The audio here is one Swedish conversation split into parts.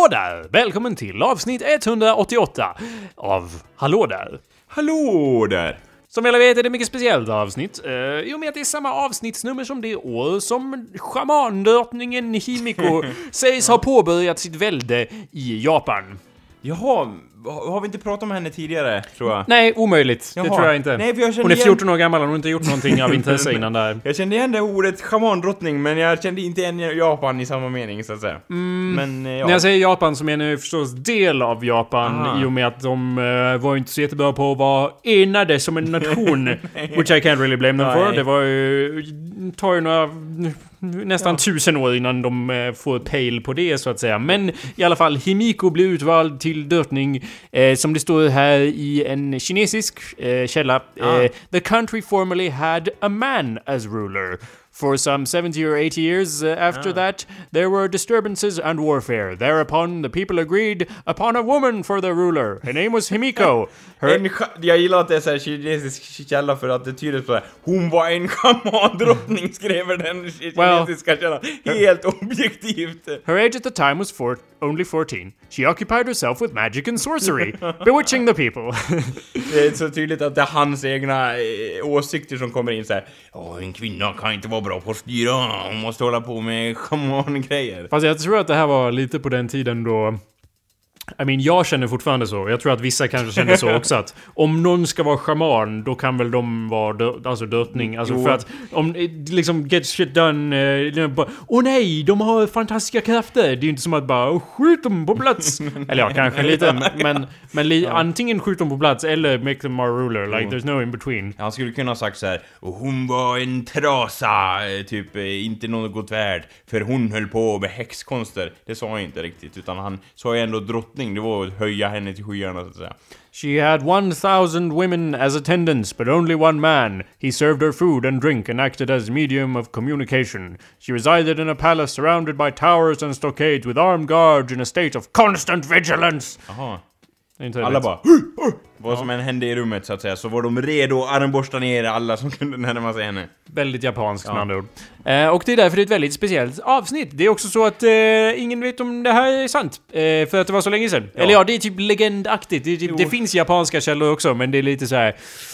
där! Välkommen till avsnitt 188 av Hallå där! Hallå där! Som alla vet är det ett mycket speciellt avsnitt, i och med att det är samma avsnittsnummer som det år som schamandörtningen Himiko sägs ha påbörjat sitt välde i Japan. Jaha, har vi inte pratat om henne tidigare, tror jag? Nej, omöjligt. Jaha. Det tror jag inte. Nej, för jag Hon är 14 år gammal och hon har inte gjort någonting av intresse innan där. Jag kände igen det ordet schamandrottning, men jag kände inte igen Japan i samma mening, så att säga. Men, ja. När jag säger Japan så menar jag förstås del av Japan. Aha. I och med att de var inte så jättebra på att vara enade som en nation. Which I can't really blame them for. Det var ju... tar ju några... nästan 1000 år innan de får pejl på det, så att säga. Men i alla fall, Himiko blev utvald till dörtning, som det står här i en kinesisk källa. The country formerly had a man as ruler. For some 70 or 80 years after that, there were disturbances and warfare. Thereupon, the people agreed upon a woman for the ruler. Her name was Himiko. Jag gillar att det är så här kinesisk källa för att det tyder på det. Hon var en schamandrottning, skriver den kinesiska källan. Helt objektivt. Her age at the time was only 14. She occupied herself with magic and sorcery, bewitching the people. Det är så tydligt att det är hans egna åsikter som kommer in så här. En kvinna kan inte vara bra på att styra. Hon måste hålla på med schaman-grejer. Fast jag tror att det här var lite på den tiden då... jag känner fortfarande så. Jag tror att vissa kanske känner så också, att om någon ska vara shaman, då kan väl de vara dötning. Alltså för att om liksom get shit done, nej, de har fantastiska krafter. Det är ju inte som att bara skjut dem på plats. Eller ja, kanske lite, men antingen skjut dem på plats eller make them our ruler. Like there's no in between. Han skulle kunna ha sagt så här: hon var en trasa, typ inte något värd, för hon höll på med häxkonster. Det sa han inte riktigt, utan han sa ju ändå drottning. Det var att höja henne till skyarna, så att säga. She had 1000 women as attendants, but only one man. He served her food and drink and acted as medium of communication. She resided in a palace surrounded by towers and stockades with armed guards in a state of constant vigilance. Aha. Alla bara vad som än hände i rummet, så att säga, så var de redo att armborsta ner alla som kunde närma sig henne. Väldigt japanskt med andra ord. Och det är därför det är ett väldigt speciellt avsnitt. Det är också så att ingen vet om det här är sant. För att det var så länge sedan. Eller det är typ legendaktigt. Det finns japanska källor också, men det är lite så här.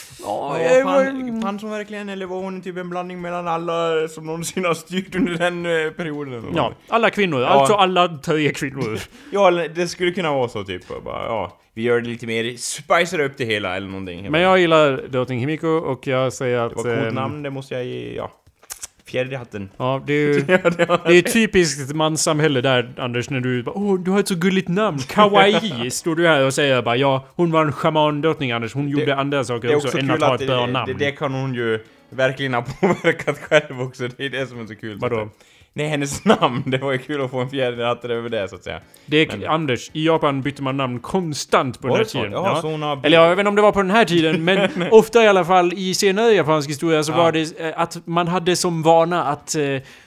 Fanns hon verkligen, eller var hon typ en blandning mellan alla som någonsin har styrt under den perioden? Ja, alla kvinnor. Alltså alla 3 kvinnor. Ja, det skulle kunna vara så typ. Bara, vi gör det lite mer, spicer upp det hela eller någonting. Men jag gillar drottning Himiko och jag säger att... Det var coolt namn, det måste jag ge, fjärde i hatten. Ja, det är ju typiskt manssamhälle där, Anders, när du bara, du har ett så gulligt namn, kawaii, står du här och säger bara, hon var en schamandrottning, Anders, hon gjorde andra saker också än att ha ett bra namn. Det kan hon ju verkligen ha påverkat själv också, det är det som är så kul. Vadå? Nej, hennes namn, det var ju kul att få en fjärde i hatten över det, så att säga. Anders, i Japan bytte man namn konstant på den här tiden. Eller jag vet inte om det var på den här tiden, men ofta i alla fall i senare japansk historia så var det att man hade som vana att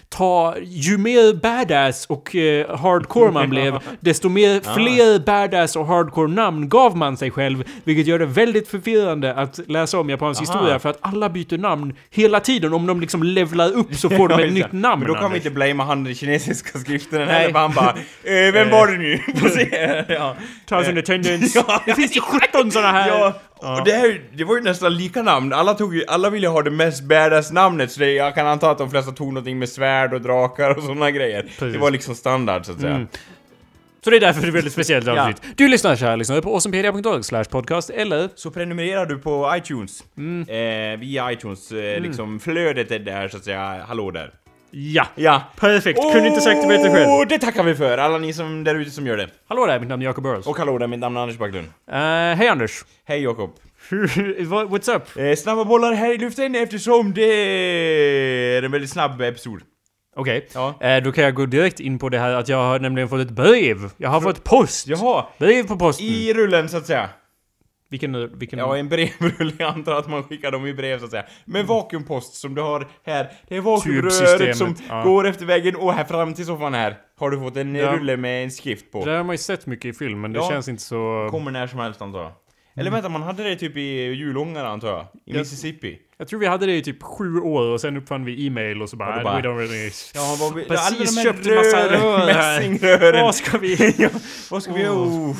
ju mer badass och hardcore man blev, desto fler badass och hardcore namn gav man sig själv, vilket gör det väldigt förvirrande att läsa om japansk historia, för att alla byter namn hela tiden. Om de liksom levlar upp så får de ett nytt namn. Men då kan vi inte blamea han den kinesiska skriften heller, för han bara, vem var det nu? Thousand attendants. Det finns ju 17 såna här. Och det var ju nästan lika namn. Alla ville ha det mest badass namnet, så jag kan anta att de flesta tog någonting med svärd och drakar och såna grejer. Precis. Det var liksom standard, så att säga. Så det är därför det är väldigt speciellt avsnitt. Du lyssnar så här, lyssnar på awesomepedia.org/podcast, eller så prenumererar du på iTunes. Via iTunes, liksom flödet är där, så att säga. Hallå där. Ja, perfekt. Kunde inte sagt det bättre själv. Det tackar vi för, alla ni som där ute som gör det. Hallå där, mitt namn är Jacob Burrows. Och hallå där, mitt namn är Anders Backlund. Hej Anders. Hej Jacob. What's up? Snabba bollar här i luften, eftersom det är en väldigt snabb episod. Okej. Då kan jag gå direkt in på det här att jag har nämligen fått ett brev. Jag har fått post. Jaha. Brev på posten. I rullen, så att säga. Vilken... Ja, en brevrulle. Jag antar att man skickar dem i brev, så att säga. Men vakuumpost som du har här. Det är vakuumröret som går efter väggen och här fram till soffan här. Har du fått en rulle med en skrift på. Det har man ju sett mycket i film, men det känns inte så... Kommer när som helst, antar jag. Eller vänta, man hade det typ i julångar antar jag. I Mississippi. Jag tror vi hade det i typ 7 år och sen uppfann vi e-mail och så bara... bara we don't really... Ja, precis köpt en massa mässingrören. Vad ska vi göra?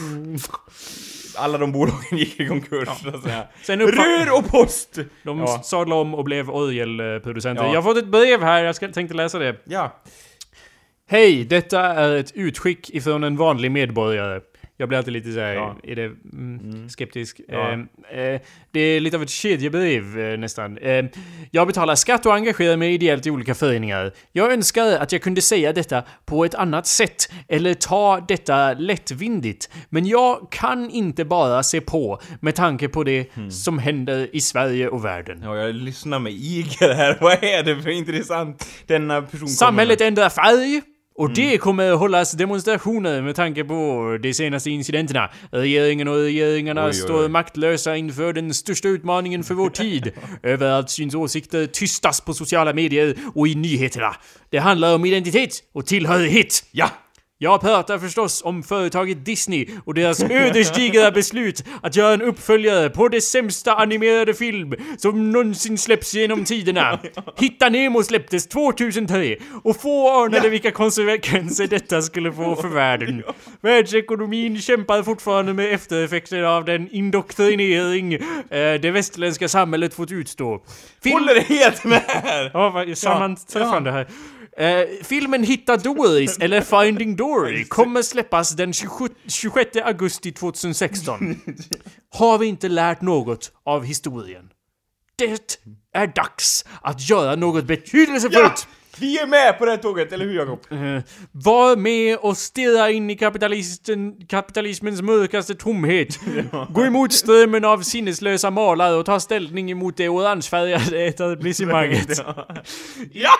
Alla de bolagen gick i konkurs så att säga. Sen rör och post! De sadlade om och blev oljeproducenter. Ja. Jag har fått ett brev här, jag tänkte läsa det. Ja. Hej, detta är ett utskick ifrån en vanlig medborgare. Jag blir alltid lite såhär, är det skeptisk. Ja. Det är lite av ett kedjebrev nästan. Jag betalar skatt och engagerar mig ideellt i olika föreningar. Jag önskar att jag kunde säga detta på ett annat sätt, eller ta detta lättvindigt. Men jag kan inte bara se på med tanke på det som händer i Sverige och världen. Ja, jag lyssnar med iger här. Vad är det för intressant? Denna person Samhället ändrar färg. Och det kommer att hållas demonstrationer med tanke på de senaste incidenterna. Regeringen och regeringarna står maktlösa inför den största utmaningen för vår tid. Överallt syns åsikter tystas på sociala medier och i nyheterna. Det handlar om identitet och tillhörighet. Ja! Jag pratar förstås om företaget Disney och deras ödesdigra beslut att göra en uppföljare på det sämsta animerade film som någonsin släpps genom tiderna. Hitta Nemo släpptes 2003 och få anade vilka konsekvenser detta skulle få för världen. Världsekonomin kämpar fortfarande med eftereffekter av den indoktrinering det västerländska samhället fått utstå. Håller det helt med här? Ja, sammanträffande här. Filmen Hitta Doris eller Finding Dory kommer släppas den 26 augusti 2016. Har vi inte lärt något av historien? Det är dags att göra något betydelsefullt. Ja! Vi är med på det här tåget, eller hur Jakob? Var med och stirra in i kapitalismens mörkaste tomhet. Gå emot strömmen av sinneslösa malare och ta ställning emot det orangefärgade etablissemanget. Ja!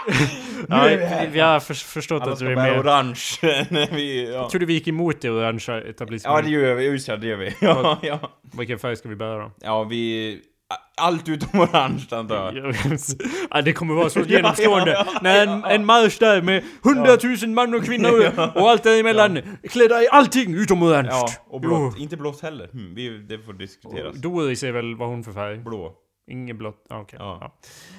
Vi har förstått att du är med. Orange. Jag trodde vi gick emot det orangea etablissemanget. Ja, det gör vi. Just det gör vi. Ja. Vilken färg ska vi bära då? Ja, allt utom orange antar jag. Ja, det kommer vara så genomstående. När en marsch där med 100 000 man och kvinnor och allt däremellan klädda i allting utom orange. Ja, och blått. Inte blått heller. Det får diskuteras. Doris är väl vad hon för färg? Blå. Inget blått. Okej. Ja.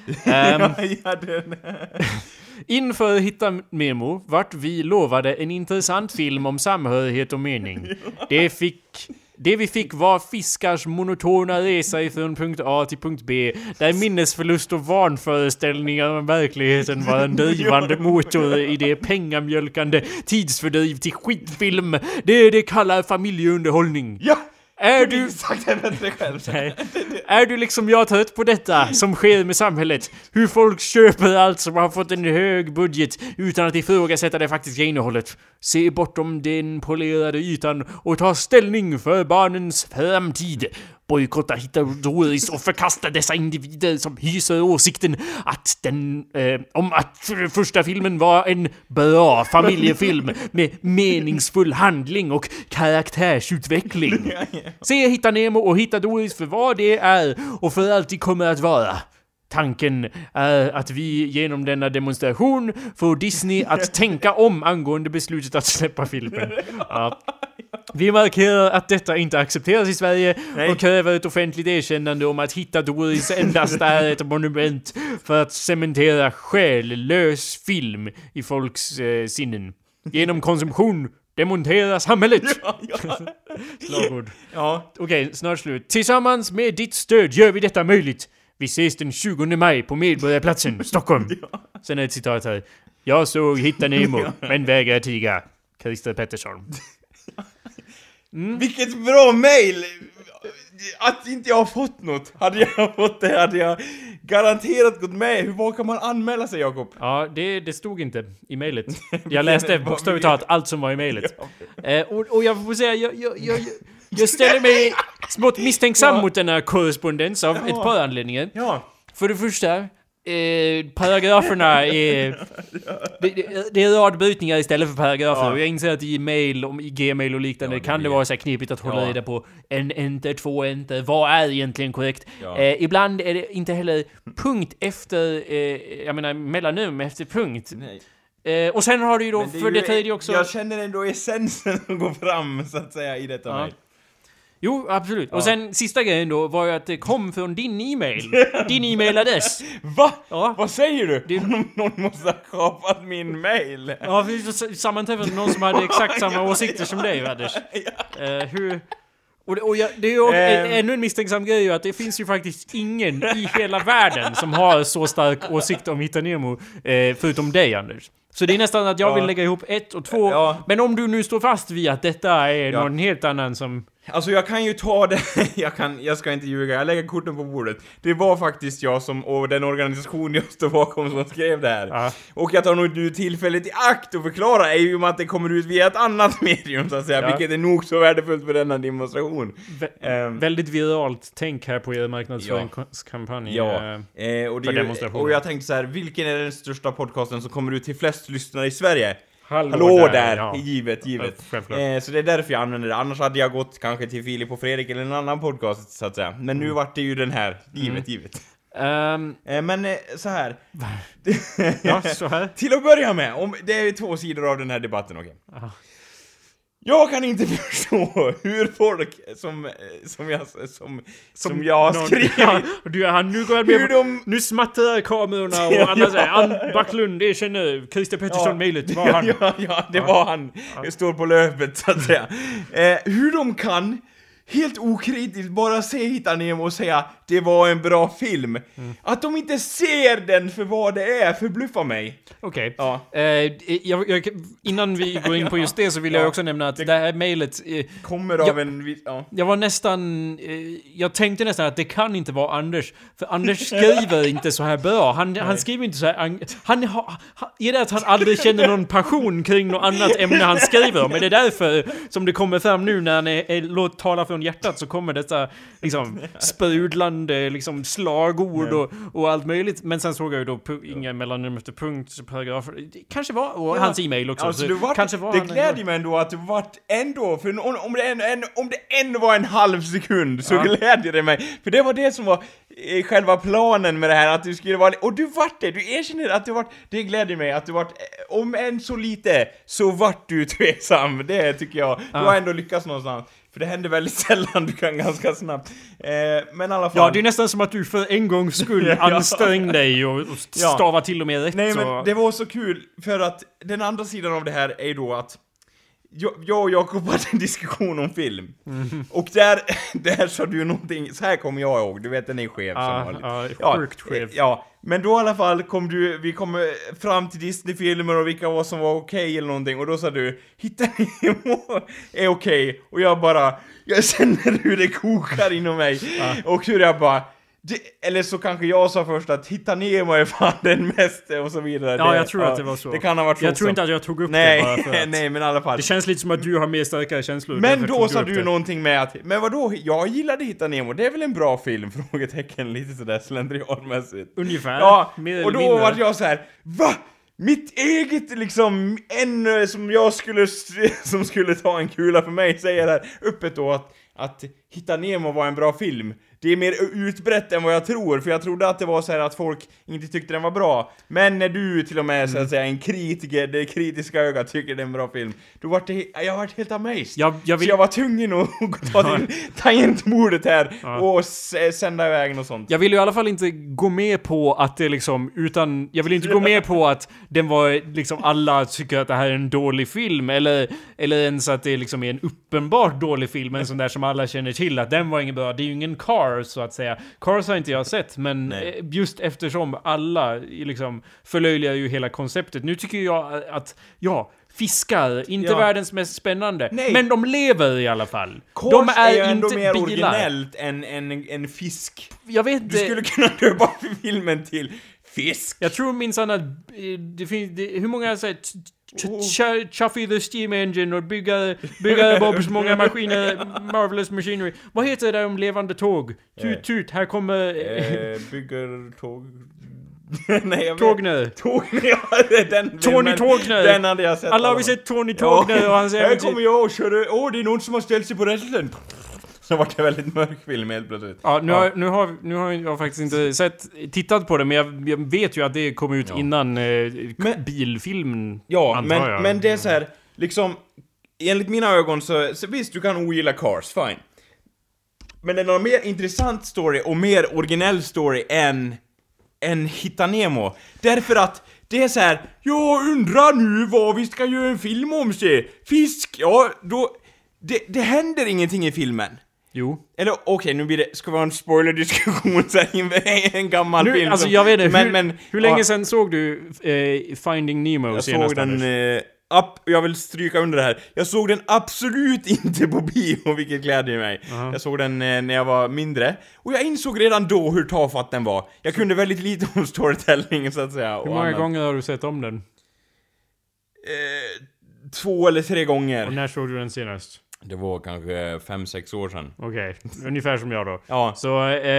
Inför Hitta Nemo vart vi lovade en intressant film om samhörighet och mening. Det vi fick var fiskars monotona resa ifrån punkt A till punkt B, där minnesförlust och vanföreställningar om verkligheten var en drivande motor i det pengamjölkande tidsfördriv till skitfilm. Det kallar familjeunderhållning. Ja! Är du... Sagt det bättre själv. Nej. Är du liksom jag trött på detta som sker med samhället? Hur folk köper allt som har fått en hög budget utan att ifrågasätta det faktiska innehållet. Se bortom den polerade ytan och ta ställning för barnens framtid. Bojkotta Hitta Doris och förkasta dessa individer som hyser åsikten att om att första filmen var en bra familjefilm med meningsfull handling och karaktärsutveckling. Se Hitta Nemo och Hitta Doris för vad det är och för alltid kommer att vara. Tanken är att vi genom denna demonstration får Disney att tänka om angående beslutet att släppa filmen. Ja. Vi markerar att detta inte accepteras i Sverige och kräver ett offentligt erkännande om att Hitta Doris endast är ett monument för att cementera själlös film i folks sinnen. Genom konsumtion demontera samhället. Slagord. Ja. Okej, snart slut. Tillsammans med ditt stöd gör vi detta möjligt. Vi ses den 20 maj på Medborgarplatsen, Stockholm. Sen är ett citat här. Jag såg Hitta Nemo, men vägrar tiga. Christer Pettersson. Vilket bra mail! Att inte jag har fått något. Hade jag fått det hade jag garanterat gått med. Vad kan man anmäla sig, Jakob? Ja, det stod inte i mejlet. Jag läste bokstavligt talat allt som var i mejlet. Och jag får säga, jag ställer mig smått misstänksam mot denna korrespondens av ett par anledningar. Ja. För det första, paragraferna är... Det är radbrytningar istället för paragrafer. Ja. Och jag inser att i mail, i Gmail och liknande kan det vara så här knepigt att hålla reda på en enter, två enter. Vad är egentligen korrekt? Ja. Ibland är det inte heller punkt efter... jag menar mellannum efter punkt. Nej. Och sen har du ju då det för det tredje också... Jag känner ändå essensen som går fram så att säga i detta mail. Jo, absolut. Och sen sista grejen då var ju att det kom från din e-mail. Din e-mailadress. Va? Ja. Vad säger du? Någon måste ha kapat min mail. Ja, vi sammanträffade någon som hade exakt samma åsikter som dig, Anders. Hur... det är ju ännu en misstänksam grej ju att det finns ju faktiskt ingen i hela världen som har så stark åsikt om Hitta Nemo förutom dig, Anders. Så det är nästan att jag vill lägga ihop 1 och 2. Ja. Men om du nu står fast vid att detta är någon helt annan som... Alltså jag kan ju ta det, jag ska inte ljuga, jag lägger korten på bordet. Det var faktiskt jag och den organisation jag står bakom som skrev det här. Ja. Och jag tar nog nu tillfället i akt och förklara är ju att det kommer ut via ett annat medium så att säga, vilket är nog så värdefullt för denna demonstration. Väldigt viralt tänk här på er marknadsföringskampanj. Och jag tänkte så här, vilken är den största podcasten som kommer ut till flest lyssnare i Sverige? Hallå där. Ja. Givet. Så det är därför jag använder det. Annars hade jag gått kanske till Filip och Fredrik eller en annan podcast så att säga. Men nu vart det ju den här. Givet. Men så här. Ja, så här. Till att börja med, det är 2 sidor av den här debatten, okej. Jag kan inte förstå hur folk som jag har skrivit. Nu smattrar kamerorna och alla säger Backlund, det känner Christer Pettersson mejlet. Var han? Ja, det var han. Jag står på löpet så att säga. Hur de kan helt okritiskt bara se Hitta Nemo och säga det var en bra film. Att de inte ser den för vad det är förbluffar mig. Okej. Ja. Innan vi går in på just det så vill jag också nämna att det här mejlet kommer av en... Jag var nästan... jag tänkte nästan att det kan inte vara Anders. För Anders skriver inte så här bra. Han skriver inte så här... Är det att han aldrig känner någon passion kring något annat ämne han skriver om? Men det är därför som det kommer fram nu när han talar från hjärtat så kommer detta liksom sprudlande liksom slagord och allt möjligt. Men sen såg jag ju då inga mellannummer efter punkt, paragrafer. Kanske var hans e-mail också. Alltså, det glädjer mig ändå att det vart ändå, för om det ändå var en halv sekund så glädjer det mig. För det var det som var själva planen med det här, att du skulle vara... Och du vart det, du erkänner att du vart... Det glädjer mig att du vart... Om än så lite så vart du tveksam. Det tycker jag. Du har ändå lyckats någonstans. För det händer väldigt sällan, du kan ganska snabbt. Men i alla fall... Ja, det är nästan som att du för en gångs skull ansträngde dig och stava till och med rätt. Nej, men det var så kul, för att den andra sidan av det här är då att jag och Jakob hade en diskussion om film. Och där sa du någonting, så här kommer jag ihåg, du vet den är skev sjukt skev. Ja, men då i alla fall vi kom fram till Disney-filmer och vilka var som var okej eller någonting. Och då sa du, Hitta Nemo är okej. Och jag känner hur det kokar inom mig. Och hur jag bara... eller så kanske jag sa först att Hitta Nemo är fan den mest och så vidare. Ja, jag tror att det var så. Det kan ha varit så. Jag tror inte att jag tog upp det bara för att... Nej, men i alla fall. Det känns lite som att du har mer starkare känslor. Men då sa du någonting med att... Men vadå? Jag gillade Hitta Nemo. Det är väl en bra film? Frågetecken lite sådär slentrianmässigt. Ungefär. Ja, och då var jag så här: va? Mitt eget liksom som skulle ta en kula för mig säger här öppet då att Hitta Nemo var en bra film. Det är mer utbrett än vad jag tror, för jag trodde att det var så här att folk inte tyckte den var bra. Men när du till och med så att säga en kritiker, det kritiska ögat tycker det är en bra film, då var jag varit helt amazed. Så jag var tvungen att ta till tangentbordet här och sända iväg och sånt. Jag vill ju i alla fall inte gå med på att det liksom jag vill inte gå med på att den var liksom alla tycker att det här är en dålig film eller ens att det liksom är en uppenbart dålig film, en sån där som alla känner till att den var ingen bra. Det är ju ingen Cars så att säga. Cars har inte jag sett, men just eftersom alla liksom förlöjligar ju hela konceptet. Nu tycker jag att fiskar, inte världens mest spännande. Nej. Men de lever i alla fall. Cars de är ändå inte mer bilar. Originellt än en fisk. Jag vet inte. Du skulle kunna döpa filmen till Fisk. Jag tror minsann att det finns... hur många har sett... Chuffy the Steam Engine och bygga Bobs många maskiner, Marvelous Machinery. Vad heter det där om levande tåg? Tut, här kommer... bygger tåg... Nej, Tågnö. Tony Tågnö. Den hade jag sett. Alla har vi sett Tony Tågnö och han säger... Här kommer jag och kör... det är någon som har ställt sig på rälsen. Så var det väldigt mörk film helt plötsligt. Ja, nu har jag faktiskt inte tittat på det, men jag vet ju att det kom ut innan bilfilmen. Ja, men det är så här, liksom enligt mina ögon så visst, du kan ogilla Cars, fine. Men den har en mer intressant story och mer originell story än Hitta Nemo. Därför att det är så här: jag undrar nu vad vi ska göra en film om sig. Fisk, ja, då... Det händer ingenting i filmen. Jo. Eller okej, nu blir det... Ska vi ha en spoiler-diskussion så här, en gammal nu, film? Alltså som, jag vet inte, men, hur länge sedan såg du Finding Nemo jag senast? såg den... jag vill stryka under det här. Jag såg den absolut inte på bio, vilket glädjer mig. Jag såg den när jag var mindre. Och jag insåg redan då hur tafatt den var. Jag kunde väldigt lite om storytelling, så att säga. Hur många gånger har du sett om den? 2 eller 3 gånger. Och när såg du den senast? Det var kanske 5-6 år sedan. Okej, ungefär som jag då. Ja. Så,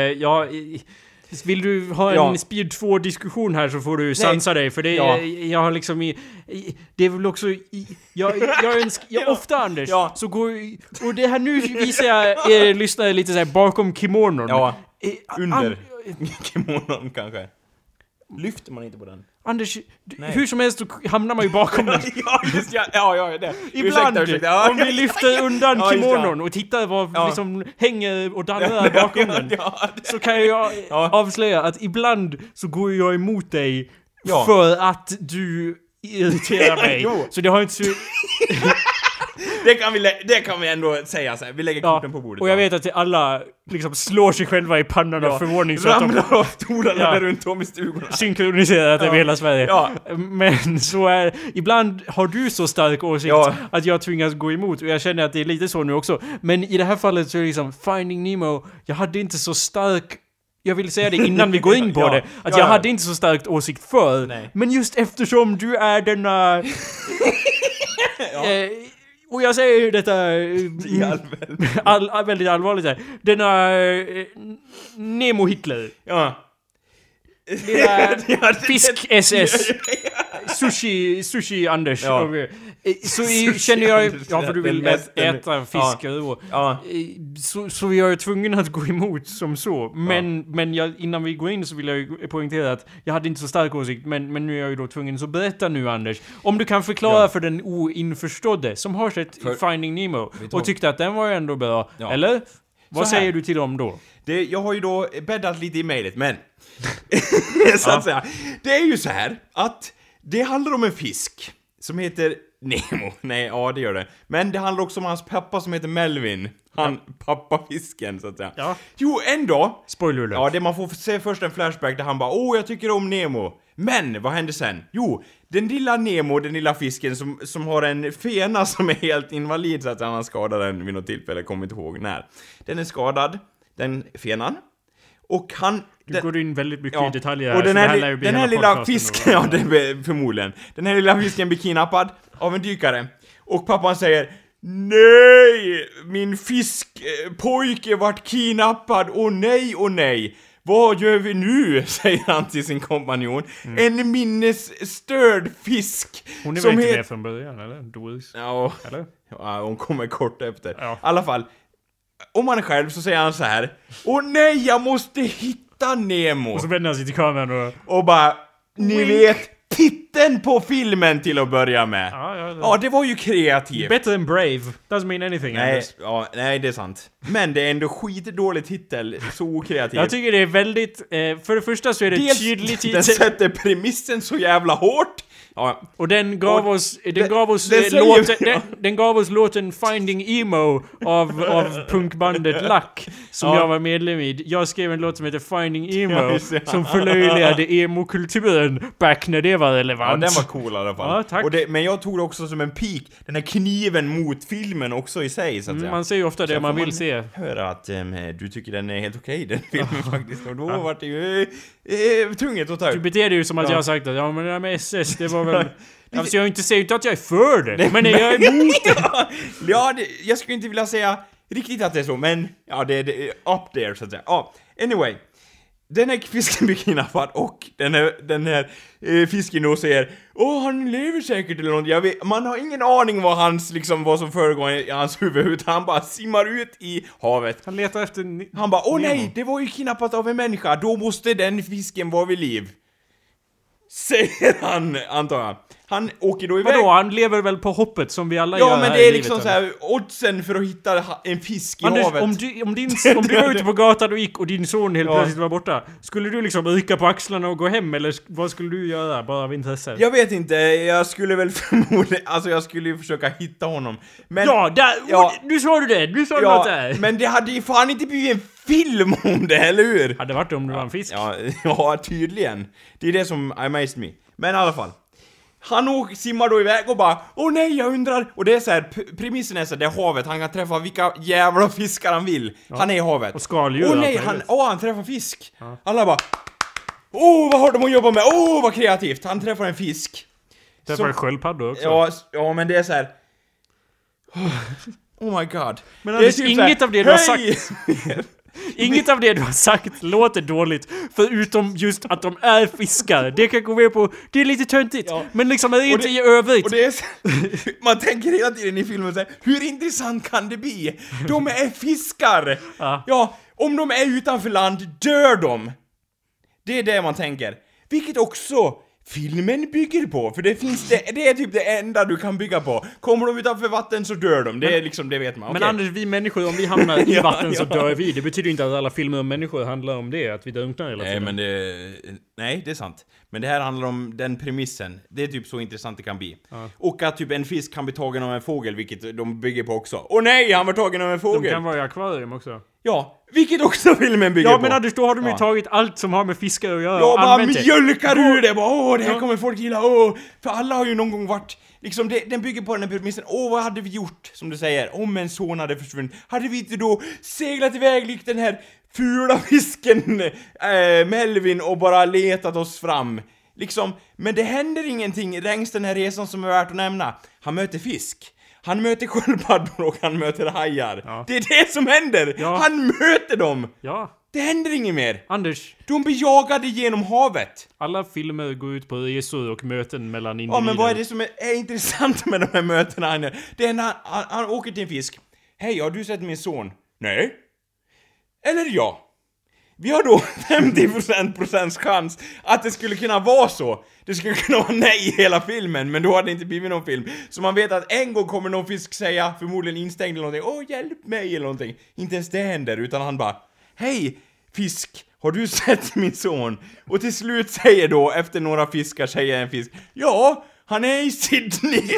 vill du ha en Speed 2-diskussion här så får du sansa dig. För det jag har liksom det är väl också jag önskar ofta, Anders, så går... Och det här nu visar jag lyssnare lite så här bakom kimonon. Ja, under kimonon kanske. Lyfter man inte på den? Anders, hur som helst så hamnar man ju bakom den. ja, det. Ibland, ursäkta. Om vi lyfter undan kimonon och tittar vad liksom hänger och dallar bakom den, så kan jag avslöja att ibland så går jag emot dig för att du irriterar mig. Så det har inte så... Det kan vi ändå säga så här. Vi lägger korten på bordet. Och jag vet att alla liksom slår sig själva i pannan av förvåning, så att de ramlar av stolarna runt om i stugorna. Synkroniserat över hela Sverige. Men så är... Ibland har du så stark åsikt att jag tvingas gå emot. Och jag känner att det är lite så nu också. Men i det här fallet så är det liksom Finding Nemo. Jag hade inte så stark... Jag vill säga det innan vi går in på det. Att jag hade inte så starkt åsikt för. Nej. Men just eftersom du är denna... och jag säger ju detta väldigt allvarligt här. Denna Nemo Hitler. Ja. Fisk-SS. Sushi Anders. Så känner jag... Ja, för du vill äta fisk. Så jag är tvungen att gå emot som så. Men innan vi går in så vill jag poängtera att jag hade inte så stark åsikt. Men nu är jag ju då tvungen. Så berätta nu, Anders. Om du kan förklara för den oinförstådde som har sett Finding Nemo och tyckte att den var ändå bra. Eller? Vad säger du till dem då? Jag har ju då bäddat lite i mejlet, men... så att säga. Det är ju så här att det handlar om en fisk som heter Nemo. Nej, det gör det. Men det handlar också om hans pappa som heter Melvin. Pappafisken, så att säga. Ja. Jo, ändå. Spoiler alert. Ja, det man får se först en flashback där han bara, jag tycker om Nemo. Men, vad händer sen? Jo, den lilla Nemo, den lilla fisken som har en fena som är helt invalid, så att han skadade den vid något tillfälle, kommer inte ihåg när. Den är skadad, den fenan. Och han... Du går in väldigt mycket i detaljer här. Och den här lilla fisken, det är förmodligen. Den här lilla fisken blir kidnappad av en dykare. Och pappan säger: nej, min fiskpojke vart kidnappad. Åh nej. Vad gör vi nu? Säger han till sin kompanjon. En minnesstörd fisk. Hon är väl inte med från början, eller? Doris? Ja. Eller? Ja, hon kommer kort efter. Ja. I alla fall. Om man själv så säger han så här: åh nej, jag måste hitta Nemo. Och så vänder han sig till kameran och bara, ni vet, titeln på filmen till att börja med. Ja, det var ju kreativt. Better than Brave. Doesn't mean anything. Nej, det är sant. Men det är ändå skitdålig titel. Så okreativt. Jag tycker det är väldigt... för det första så är det tydligt titel. Den sätter premissen så jävla hårt. Ja. Och den gav oss låten Finding Emo av punkbandet Lack, som jag var medlem i. Jag skrev en låt som heter Finding Emo, som förlöjligade emo-kulturen back när det var relevant. Ja, den var cool i alla fall. Ja, tack. Men jag tog det också som en peak, den här kniven mot filmen också i sig, så att säga. Man ser ju ofta det man vill se. Höra att du tycker den är helt okej, den filmen faktiskt. Och då var det ju tungt att ta ut. Du beter dig ju som att jag har sagt att men det där med SS, det var väl... Alltså jag säger inte att jag är för det, men jag är emot det. Jag skulle inte vilja säga riktigt att det är så, men det är up there, så att säga. Anyway. Den här fisken blir kidnappad och den här fisken då säger: han lever säkert eller något. Man har ingen aning vad som föregår i hans huvud, utan han bara simmar ut i havet. Han letar efter... Han bara, nej, det var ju kidnappat av en människa. Då måste den fisken vara vid liv. Säger han, antar jag. Han åker då iväg. Vadå? Han lever väl på hoppet som vi alla gör. Ja, men här det är i liksom livet, så här oddsen för att hitta en fisk i Anders, havet. om du var ute på gatan och gick och din son helt plötsligt var borta, skulle du liksom rycka på axlarna och gå hem, eller vad skulle du göra bara av intresse? Jag vet inte, jag skulle väl förmodligen, alltså jag skulle ju försöka hitta honom. Men nu sa du det, något där. Men det hade ju fan inte blivit en film om det, eller hur? Hade varit om det var en fisk. Ja, tydligen. Det är det som amazed me. Men i alla fall. Han simmar då iväg och bara, åh nej, jag undrar. Och det är så här, premissen är så här, det är havet. Han kan träffa vilka jävla fiskar han vill. Ja. Han är i havet. Och skaldjur. Åh nej, han träffar fisk. Ja. Alla bara, vad har de att jobba med? Vad kreativt. Han träffar en fisk. Träffar en sköldpadda också. Ja, men det är så här. Oh my god. Men det är typ inget av det du har sagt. Inget av det du har sagt låter dåligt, förutom just att de är fiskar. Det kan gå med på, det är lite töntigt, men liksom är det inte i övrigt. Och det är så, man tänker hela tiden i filmen så här, hur intressant kan det bli? De är fiskar! Ja, om de är utanför land, dör de! Det är det man tänker. Vilket också filmen bygger på, för det är typ det enda du kan bygga på. Kommer de utanför vatten så dör de, det är liksom, det vet man. Men Anders, vi människor, om vi hamnar i vatten så dör vi. Det betyder inte att alla filmer om människor handlar om det, att vi drunknar hela tiden. Nej, det är sant. Men det här handlar om den premissen. Det är typ så intressant det kan bli. Och att typ en fisk kan bli tagen av en fågel, vilket de bygger på också. Åh nej, han var tagen av en fågel! De kan vara i akvarium också. Ja, vilket också filmen bygger på. Ja, men Anders, då har de ju tagit allt som har med fiskar att göra. Ja, bara mjölkar ur det. Bara, det här kommer folk gilla. För alla har ju någon gång varit... Liksom, den bygger på den här premissen. Vad hade vi gjort, som du säger, om en son hade försvunnit? Hade vi inte då seglat iväg likt den här fula fisken Melvin och bara letat oss fram? Liksom, men det händer ingenting längs den här resan som är värt att nämna. Han möter fisk. Han möter sköldpaddor och han möter hajar. Ja. Det är det som händer! Ja. Han möter dem! Ja. Det händer inget mer! Anders. De blir jagade genom havet! Alla filmer går ut på resor och möten mellan individer. Ja, men vad är det som är intressant med de här mötena? Det är när han åker till en fisk. Hej, har du sett min son? Nej. Eller ja. Vi har då 50% chans att det skulle kunna vara så. Det skulle kunna vara nej i hela filmen, men då hade det inte blivit någon film. Så man vet att en gång kommer någon fisk säga, förmodligen instängd eller någonting, hjälp mig eller någonting. Inte ens det händer, utan han bara, hej fisk, har du sett min son? Och till slut säger då, efter några fiskar säger en fisk, ja, han är i Sydney.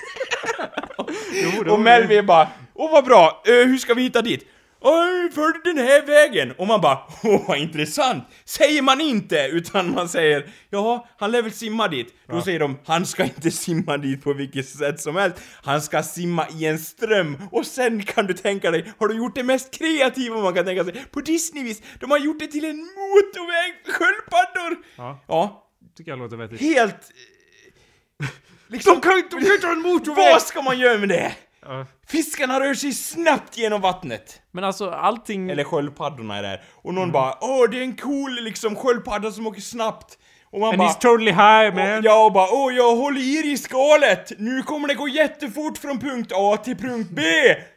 Och Melvin bara, vad bra, hur ska vi hitta dit? Följ den här vägen. Och man bara, vad intressant. Säger man inte, utan man säger, ja, han lär väl simma dit. Då säger de, han ska inte simma dit på vilket sätt som helst. Han ska simma i en ström. Och sen kan du tänka dig, har du gjort det mest kreativa man kan tänka sig på Disney-vis? De har gjort det till en motorväg för sköldpaddor. Ja. Tycker jag låter vettigt. Helt liksom, de kan inte ha en motorväg. Vad ska man göra med det? Fiskarna rör sig snabbt genom vattnet. Men alltså allting... Eller sköldpaddorna är där. Och någon bara, det är en cool liksom sköldpadda som åker snabbt. Och man and bara, he's totally high, man. Jag bara, jag håller i skalet. Nu kommer det gå jättefort från punkt A till punkt B.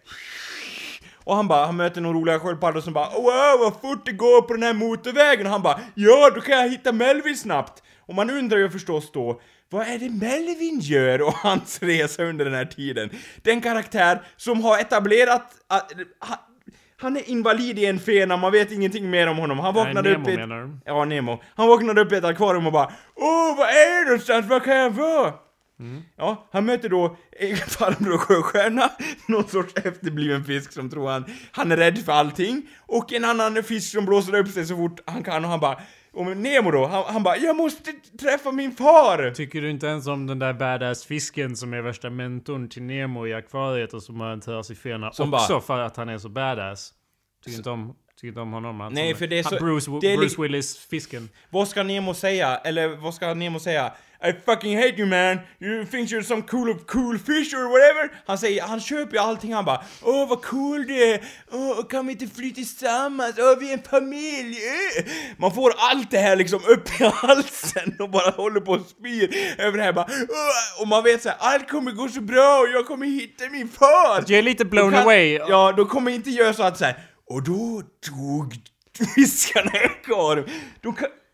Och han möter någon roliga sköldpaddor som bara, wow, vad fort det går på den här motorvägen. Och han bara, ja, då kan jag hitta Melvin snabbt. Och man undrar ju förstås då, vad är det Melvin gör och hans resa under den här tiden? Den karaktär som har etablerat att han är invalid i en fena, man vet ingenting mer om honom. Han vaknade upp i ett... Ja, Nemo. Han vaknade upp i ett akvarium och bara, vad är det någonstans? Vad kan jag vara? Ja, han möter då farbror sjöstjärna, någon sorts efterbliven fisk som tror han är rädd för allting, och en annan fisk som blåser upp sig så fort han kan, och han bara, och Nemo då, han bara, jag måste träffa min far. Tycker du inte ens om den där badass fisken som är värsta mentorn till Nemo i akvariet och som har en törs i fena som också bara, för att han är så badass? Tycker inte om honom. Nej, för det är så... Bruce Willis-fisken. Vad ska Nemo säga? Eller vad ska Nemo säga? I fucking hate you, man. You think you're some cool fish or whatever. Han köper ju allting. Han bara, vad cool det är. Kan vi inte fly tillsammans? Vi är en familj. Man får allt det här liksom upp i halsen och bara håller på och spyr över det här bara. Och man vet så här, allt kommer gå så bra och jag kommer hitta min far. Jag är lite blown away. Ja, då kommer inte göra så att så här, och då tog fiskarna kvar.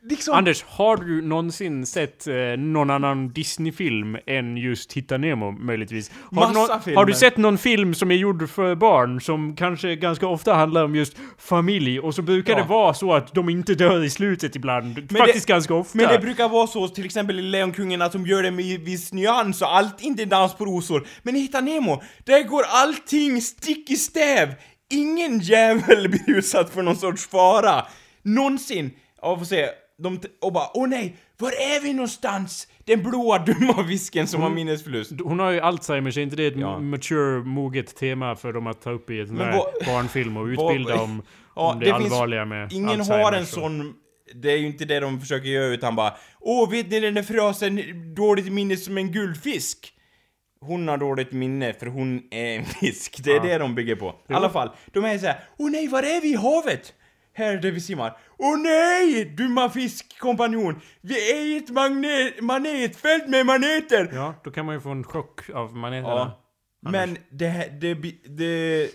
liksom... Anders, har du någonsin sett någon annan Disney-film än just Hitta Nemo, möjligtvis? Har du sett någon film som är gjord för barn, som kanske ganska ofta handlar om just familj, och så brukar det vara så att de inte dör i slutet ibland, men faktiskt ganska ofta. Men det brukar vara så, till exempel i Lejonkungen, att de gör det med viss nyans och allt, inte dans på rosor. Men i Hitta Nemo, där går allting stick i stäv. Ingen jävel blir utsatt för någon sorts fara. Någonsin. Ja, får se. Och bara, åh nej, var är vi någonstans? Den blåa dumma visken som har minnesförlust. Hon har ju Alzheimer, så inte det är ett mature, moget tema för dem att ta upp i ett barnfilm och utbilda om det allvarliga med ingen Alzheimer. Har en sån... Det är ju inte det de försöker göra, utan bara, vet ni den där frasen, dåligt minne som en guldfisk? Hon har dåligt minne för hon är en fisk. Det är det de bygger på. I alla fall, de är så här: åh nej, var är vi i havet? Här där vi simmar. Åh nej, dumma fiskkompanjon. Vi är i ett manetfält med maneter. Ja, då kan man ju få en chock av maneterna. Ja. Men det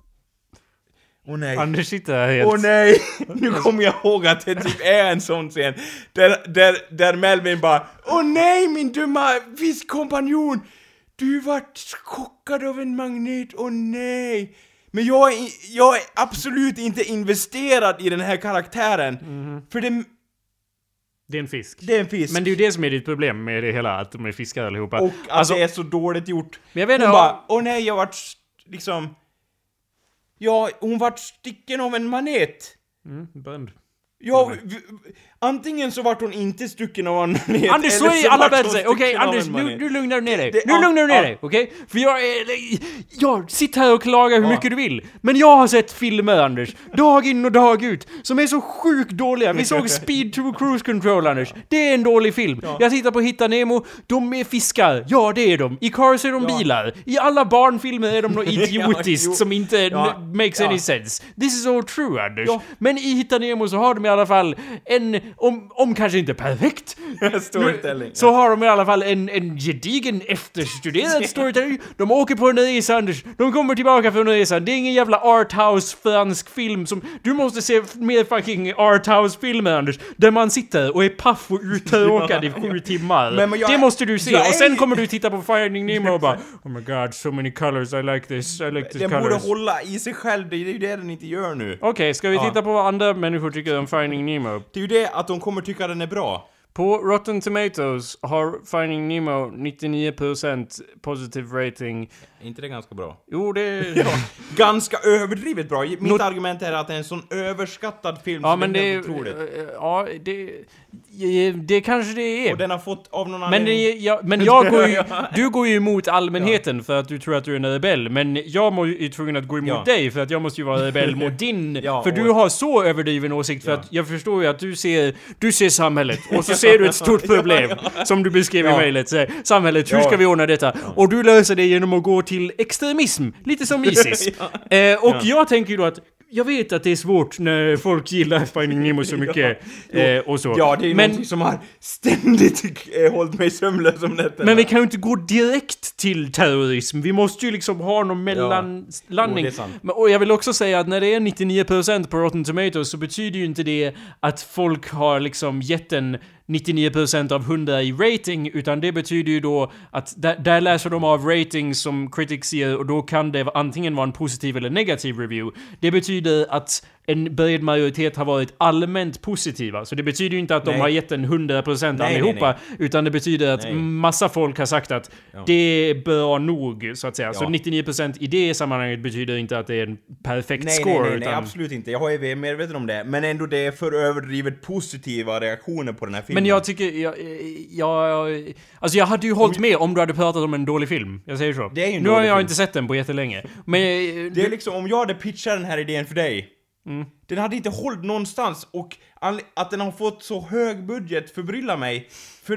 åh nej. Anders sitter här helt... Åh nej, nu kommer jag ihåg att det typ är en sån scen där Melvin bara, åh nej min dumma fiskkompanjon, du vart chockad av en magnet, åh nej. Men jag är absolut inte investerad i den här karaktären. För det är en fisk. Det är en fisk. Men det är ju det som är ditt problem med det hela, att de är fiskar allihopa. Och att det är så dåligt gjort. Men jag vet inte, hon bara, åh nej, jag vart liksom... Ja, hon vart sticken av en manet. Bönd. Ja, antingen så vart hon inte stucken av en manet. Anders, så är alla bättre sig. Okej, Anders, nu lugnar du ner dig. Nu lugnar du ner dig, okej? För jag sitter här och klagar hur mycket du vill. Men jag har sett filmer, Anders, dag in och dag ut, som är så sjukt dåliga. Vi såg Speed to Cruise Control, Anders. Det är en dålig film. Jag tittar på Hitta Nemo. De är fiskar. Ja, det är de. I Cars är de bilar. I alla barnfilmer är de något idiotiskt som inte makes any sense. This is all true, Anders. Men i Hitta Nemo så har de i alla fall en, om kanske inte perfekt storytelling, så har de i alla fall en gedigen efterstuderad storytelling. De åker på en resa, Anders. De kommer tillbaka från en resa. Det är ingen jävla arthouse fransk film som... Du måste se mer fucking arthouse filmer, Anders, där man sitter och är paff och uttråkad i 7 timmar. Det måste du se. Och sen kommer du titta på Finding Nemo och bara, oh my god, so many colors, I like this colors. Den borde hålla i sig själv. Det är ju det den inte gör nu. Okej, ska vi titta på vad andra människor tycker om Finding Nemo? Det är ju det att de kommer tycka den är bra. På Rotten Tomatoes har Finding Nemo 99% positive rating. Är inte det ganska bra? Jo, det... ganska överdrivet bra. Mitt argument är att det är en sån överskattad film som men det är otroligt. Ja, det kanske det är. Och den har fått av någon anledning... Men jag går ju... Du går ju emot allmänheten för att du tror att du är en rebell. Men jag är ju tvungen att gå emot dig för att jag måste ju vara rebell mot din... för du har så överdriven åsikt för att jag förstår ju att du ser samhället. Och så ser du ett stort problem som du beskrev i mejlet. Samhället, hur ska vi ordna detta? Och du löser det genom att gå till extremism. Lite som ISIS. Och jag tänker ju då att jag vet att det är svårt när folk gillar Finding Nemo så mycket och så. Ja, det är någonting som har ständigt hållit mig sömnlös om detta. Men vi kan ju inte gå direkt till terrorism. Vi måste ju liksom ha någon mellanlandning. Och jag vill också säga att när det är 99% på Rotten Tomatoes så betyder ju inte det att folk har liksom gett en 99% av 100 i rating, utan det betyder ju då att där läser de av rating som critics ger, och då kan det antingen vara en positiv eller negativ review. Det betyder att en bred majoritet har varit allmänt positiva. Så det betyder ju inte att de har gett en 100% allihopa, utan det betyder att massa folk har sagt att det är bra nog, så att säga. Så 99% i det sammanhanget betyder inte att det är en perfekt score. Nej, absolut inte. Jag är medveten om det. Men ändå, det är för överdrivet positiva reaktioner på den här filmen. Men jag tycker... Alltså jag hade ju hållit med om du hade pratat om en dålig film. Jag säger så. Det är ju nu har jag inte sett den på jättelänge. Men... Det är liksom, om jag hade pitchat den här idén för dig... Den hade inte hållit någonstans, och att den har fått så hög budget förbryllar mig. För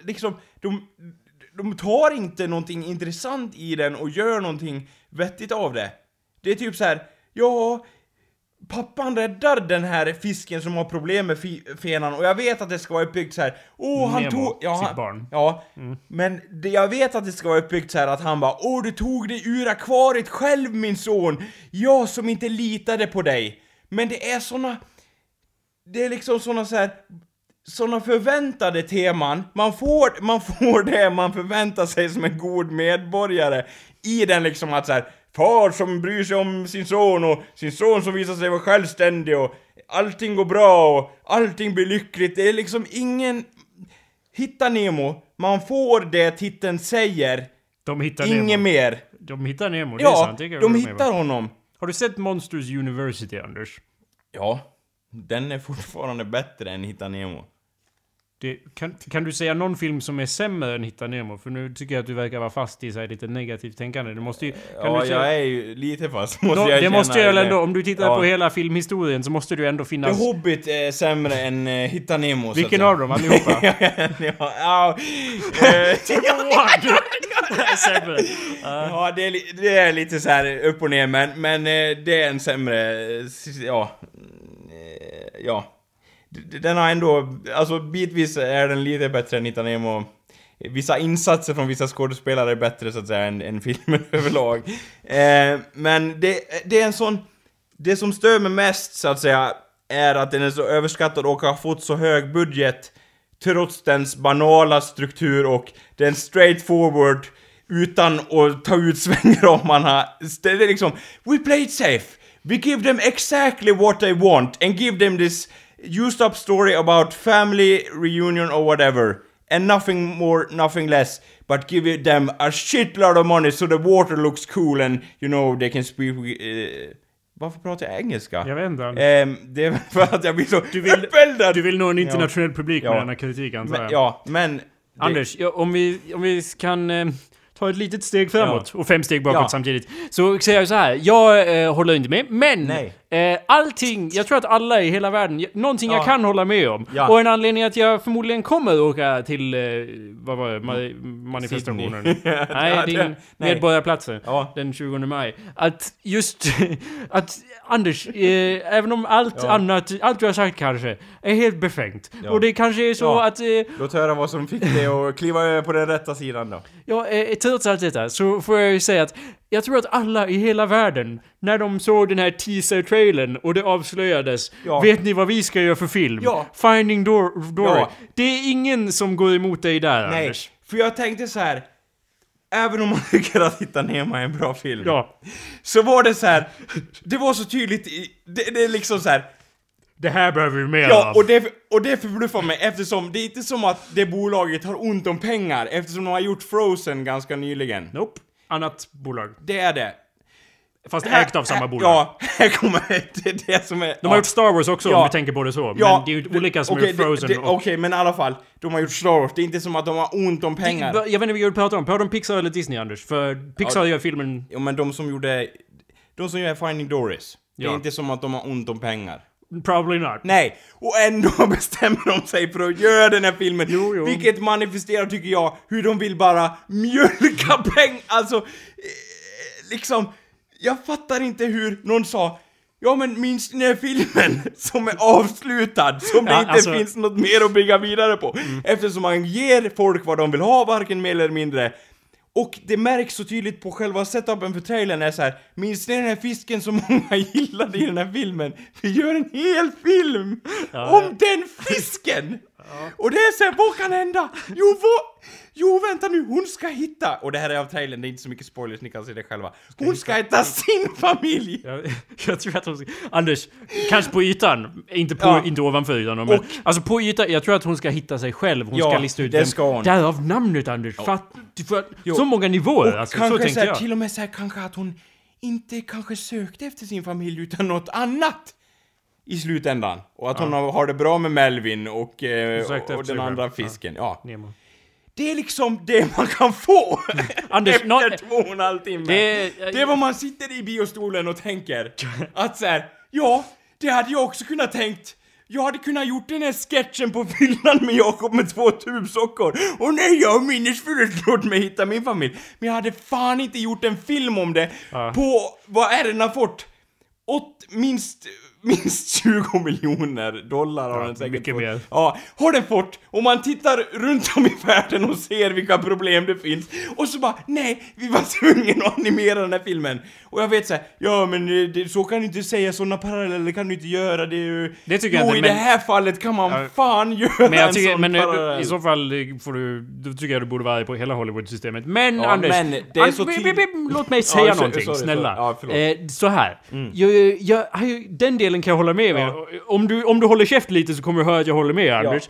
de tar inte någonting intressant i den och gör någonting vettigt av det. Det är typ så här: pappan räddar den här fisken som har problem med fenan, och jag vet att det ska vara uppbyggt så här. Han tog sitt barn. Men jag vet att det ska vara uppbyggt så här att han bara, du tog dig ur akvariet själv, min son. Jag som inte litade på dig. Men det är såna... Det är liksom såna så här såna förväntade teman. Man får det man förväntar sig som en god medborgare i den liksom att så här, far som bryr sig om sin son och sin son som visar sig vara självständig och allting går bra och allting blir lyckligt. Det är liksom ingen... Hitta Nemo, man får det titeln säger. De hittar Inget Nemo. mer. De hittar Nemo, det är sant. Ja, de hittar honom. Har du sett Monsters University, Anders? Ja, den är fortfarande bättre än Hitta Nemo. Kan du säga någon film som är sämre än Hitta Nemo? För nu tycker jag att du verkar vara fast i så här lite negativt tänkande. Du måste ju... Jag är ju lite fast, det måste ju ändå, om du tittar på hela filmhistorien så måste du ändå finnas... The Hobbit är sämre än Hitta Nemo. Vilken av dem, allihopa? Ja, det är lite så här upp och ner, men det är en sämre... Ja. Den har ändå, alltså bitvis är den lite bättre än Hitta Nemo. Vissa insatser från vissa skådespelare är bättre så att säga än filmen överlag. Men det är en sån... Det som stör mig mest så att säga är att den är så överskattad och har fått så hög budget trots dens banala struktur och den straightforward utan att ta ut svängramarna. Det är liksom, we play it safe. We give them exactly what they want and give them this used up story about family reunion or whatever, and nothing more, nothing less, but give them a shitload of money so the water looks cool and you know they can speak. Varför pratar jag engelska? Jag vet inte. Det är för att jag blir så uppeldad. Du vill nå en internationell publik med den här kritiken, men, ja, men Anders, om vi kan ta ett litet steg framåt och 5 steg bakåt samtidigt. Så säger jag så här, jag håller inte med, men allting, jag tror att alla i hela världen, någonting jag kan hålla med om. Och en anledning att jag förmodligen kommer åka till, vad var det, manifestationen? Nej, din medborgarplatsen, den 20 maj. Att just, att Anders, även om allt annat, allt du har sagt kanske, är helt befängt. Och det kanske är så att... Låt höra vad som fick dig att kliva på den rätta sidan då. Ja, trots allt detta så får jag ju säga att jag tror att alla i hela världen, när de såg den här teaser-trailern och det avslöjades, vet ni vad vi ska göra för film? Finding Dory. Det är ingen som går emot dig där, Anders. För jag tänkte så här, även om man tycker att Hitta Nemo är en bra film, så var det så här, det var så tydligt, det är liksom så här. Det här behöver vi mer av. Och det förbluffar mig, eftersom det är inte som att det bolaget har ont om pengar, eftersom de har gjort Frozen ganska nyligen. Nope. Annat bolag. Det är det. Fast ägt av samma bolag. Ja, här kommer det som är... De har gjort Star Wars också, om du tänker på det så. Men det är ju olika som har gjort Frozen. Okej, men i alla fall, de har gjort Star Wars. Det är inte som att de har ont om pengar. Jag vet inte vad jag pratar om. Pratar om Pixar eller Disney, Anders? För Pixar gör filmen... Ja, men de som gör Finding Doris. Det är inte som att de har ont om pengar. Probably not. Nej, och ändå bestämmer de sig för att göra den här filmen. Vilket manifesterar, tycker jag, hur de vill bara mjölka pengar. Alltså, liksom, jag fattar inte hur någon sa, men minns den här filmen som är avslutad, som det inte finns något mer att bygga vidare på. Eftersom man ger folk vad de vill ha, varken mer eller mindre. Och det märks så tydligt på själva setupen för trailern är så här, minns ni den här fisken som många gillade i den här filmen? Vi gör en hel film om den fisken! Och det är så här, vad kan hända? Jo, vänta nu, hon ska hitta, och det här är av trailern, det är inte så mycket spoilers, ni kan se det själva. Hon ska hitta sin familj! Jag tror att hon ska... Anders, kanske på ytan, inte ovanför ytan, men alltså på ytan, jag tror att hon ska hitta sig själv, hon ska lista ut det ska hon. Därav namnet, Anders, för så många nivåer, och alltså, kanske så tänkte jag. Till och med så här, kanske att hon inte kanske sökte efter sin familj utan något annat i slutändan. Och att hon har det bra med Melvin och den andra fisken. Nemo. Det är liksom det man kan få Anders, efter 2,5 timmar. Det är vad man sitter i biostolen och tänker. Att så här, det hade jag också kunnat tänkt. Jag hade kunnat gjort den här sketchen på fyllan med Jakob med 2 tubsockor. Och nej, jag minnesförlåt mig hitta min familj. Men jag hade fan inte gjort en film om det på, vad är den har fått? Minst minst 20 miljoner dollar har den säkert mycket fått. mer. Ja, har den fått. Och man tittar runt om i världen och ser vilka problem det finns. Och så bara, nej, vi var tvungna att animera den här filmen. Och jag vet så här, ja men så kan du inte säga, sådana paralleller kan du inte göra. Det är ju... Det tycker jag inte, i det här fallet kan man fan göra men jag en tycker, sån men parallell. i så fall får då tycker jag du borde vara på hela Hollywood-systemet. Men Ja, Anders, men det är så låt mig säga någonting, sorry. snälla. Ja, förlåt. Så här. Den delen kan jag hålla med mig. Om du håller käft lite så kommer du höra att jag håller med, Anders.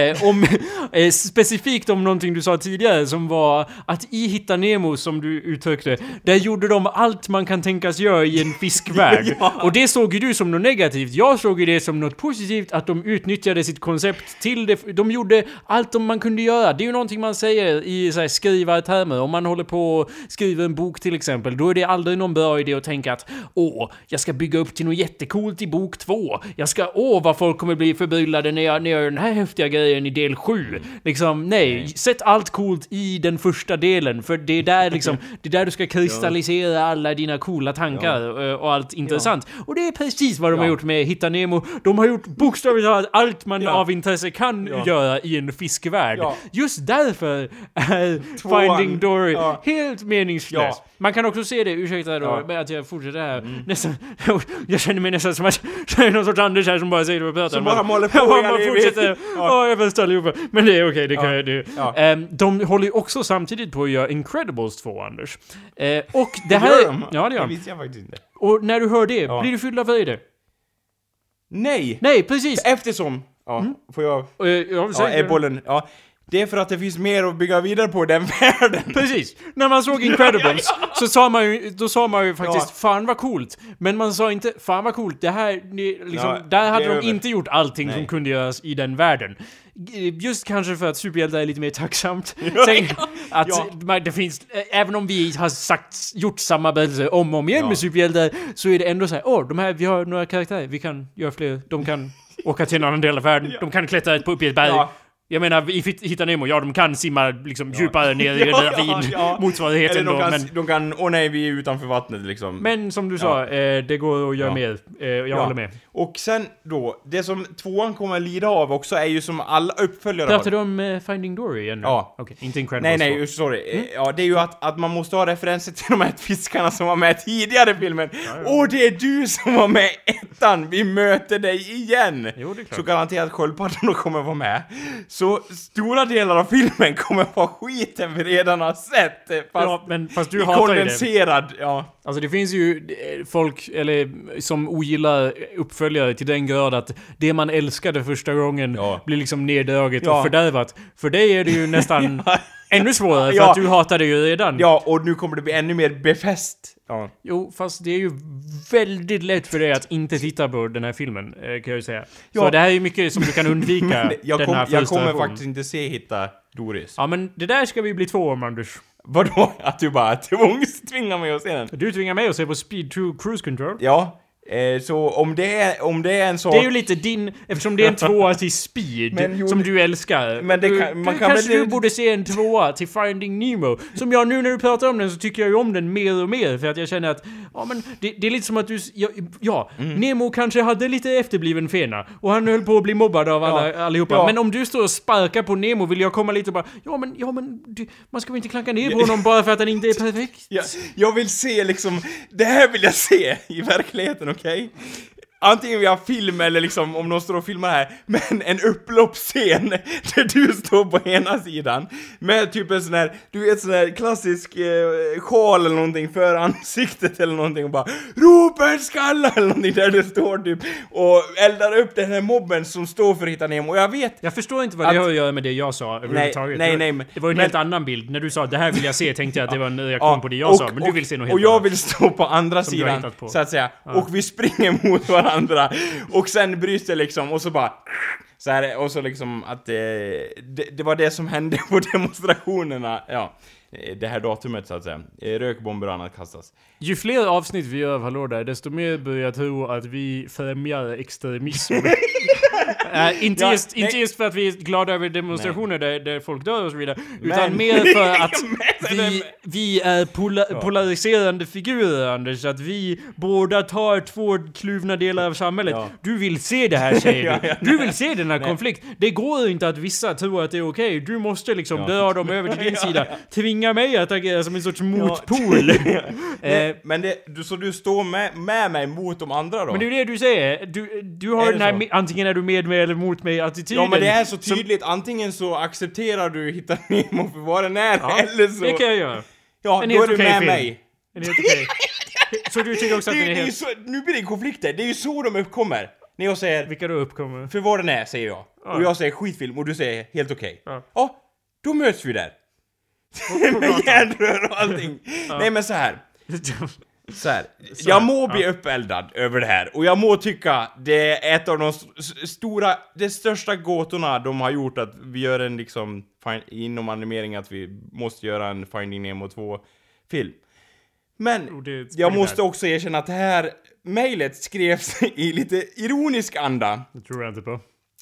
Specifikt om någonting du sa tidigare som var att i Hitta Nemo, som du uttryckte, där gjorde de allt man kan tänkas göra i en fiskvärld. Och det såg ju du som något negativt. Jag såg ju det som något positivt, att de utnyttjade sitt koncept till det. De gjorde allt man kunde göra. Det är ju någonting man säger i så här skrivartermer. Om man håller på att skriva en bok till exempel, då är det aldrig någon bra idé att tänka att jag ska bygga upp till något jättecoolt i bok 2. Jag ska, vad folk kommer bli förbryllade när jag gör den här häftiga grejen i del 7. Liksom, nej. Sätt allt coolt i den första delen, för det är där liksom, det är där du ska kristallisera alla dina coola tankar och allt intressant. Och det är precis vad de har gjort med Hitta Nemo. De har gjort bokstavligt talat allt man av intresse kan göra i en fiskvärld. Just därför är Finding Dory helt meningslös. Man kan också se det, ursäkta då, med att jag fortsätter här. Nästan, jag känner mig nästan som att jag är någon sorts Anders här som bara säger det och pratar. Som bara målar på. Man fortsätter. Jag får ställa upp. Men det är okej, det kan jag det. De håller ju också samtidigt på att göra Incredibles 2, Anders. Och det här... Ja, det gör de. Det visste jag faktiskt inte. Och när du hör det, blir du fylld av vrede? Nej, precis. Eftersom... Får jag... är bollen... Ja. Det är för att det finns mer att bygga vidare på den världen. Precis. När man såg Incredibles så sa man ju faktiskt fan vad coolt. Men man sa inte fan vad coolt. Det här liksom, där hade de inte gjort allting som kunde göras i den världen. Just kanske för att superhjältar är lite mer tacksamt. Sen, att det finns, även om vi har gjort samarbete om och om igen med superhjältar, så är det ändå så här, vi har några karaktärer, vi kan göra fler, de kan åka till en annan del av världen, de kan klättra upp i ett berg. Jag menar, i Hitta Nemo, de kan simma liksom djupare ner i ravin, motsvarigheten då. Men de kan, nej, vi är utanför vattnet liksom. Men som du sa, det går att göra mer. Jag håller med. Och sen då, det som 2:an kommer lida av också är ju som alla uppföljare. Pratar du om Finding Dory igen? Ja. Okej, inte Incredibles. Nej, sorry. Ja, det är ju att man måste ha referenser till de här fiskarna som var med tidigare i filmen. Och det är du som var med i 1:an. Vi möter dig igen. Jo, det är klart. Så garanterat sköldpaddorna kommer vara med. Så stora delar av filmen kommer vara skiten vi redan har sett. Fast du hatar kondenserad, ju det. Alltså det finns ju folk som ogillar uppföljare till den grad att det man älskade första gången blir liksom neddraget och fördärvat. För dig är det ju nästan ännu svårare för att du hatar det ju redan. Ja, och nu kommer det bli ännu mer befäst. Jo, fast det är ju väldigt lätt för dig att inte titta på den här filmen, kan jag ju säga. Så det här är ju mycket som du kan undvika. Jag kommer faktiskt inte se Hitta Doris. Ja, men det där ska vi bli 2 om, Anders. Vadå? Att du bara tvingar mig att se den? Du tvingar mig att se på Speed 2 Cruise Control. Ja. Så om det är en sak... Det är ju lite din... Eftersom det är en 2:a till Speed som du älskar. Men du borde se en 2:a till Finding Nemo. Som jag nu när du pratar om den så tycker jag ju om den mer och mer. För att jag känner att... Ja, men det är lite som att du... Nemo kanske hade lite efterbliven fena. Och han höll på att bli mobbad av allihopa. Men om du står och sparkar på Nemo vill jag komma lite och bara... man ska väl inte klanka ner på honom bara för att han inte är perfekt. Jag vill se liksom... Det här vill jag se i verkligheten. Okej? Antingen vi har film eller liksom om någon står och filmar här, men en upploppsscen där du står på ena sidan med typ en sån här, du vet sån här klassisk sjal eller någonting för ansiktet eller någonting och bara Robert skalla eller någonting där du står typ och eldar upp den här mobben som står för Hitta Nemo. Och jag förstår inte vad det har att göra med det jag sa överhuvudtaget. Nej, det var ju en helt annan bild. När du sa det här vill jag se tänkte jag att det var en reaktion på det jag sa, men du vill se något helt annat. Och jag vill stå på andra sidan så att säga. Och vi springer mot varandra och sen bryter liksom och så bara så här, och så liksom att det var det som hände på demonstrationerna. det här datumet så att säga. Rökbomber och annat kastas. Ju fler avsnitt vi gör av Hallå där, desto mer börjar jag tro att vi främjar extremism. Inte just för att vi är glada över demonstrationer där folk dör och så vidare, utan mer för att vi är polariserande figurer, Anders, att vi båda tar två kluvna delar av samhället. Ja. Du vill se det här, säger du. Du vill se den här konflikt. Det går inte att vissa tror att det är okej. Du måste liksom dra dem över till din sida. Tvinga mig att agera som en sorts motpol. Men så du står med mig mot de andra då? Men det är det du säger. Du har den här, antingen är du med mig eller mot mig attityden. Ja, men det är så tydligt. Antingen så accepterar du Hitta Nemo för vad den är, eller så... det kan jag göra. Ja, då är du med mig. En helt okej. Så du tycker också att den är helt... Nu blir det konflikter. Det är ju så de uppkommer. När jag säger... Vilka då uppkommer? För vad den är, säger jag. Ja. Och jag säger skitfilm och du säger helt okej. Ja, då möts vi där. Med järnrör och allting. Nej, men så här. Jag må bli uppeldad över det här. Och jag må tycka det är ett av de största gåtorna de har gjort, att vi gör en liksom inom animering, att vi måste göra en Finding Nemo 2-film. Men jag måste också erkänna att det här mejlet skrevs i lite ironisk anda. Det tror jag inte på.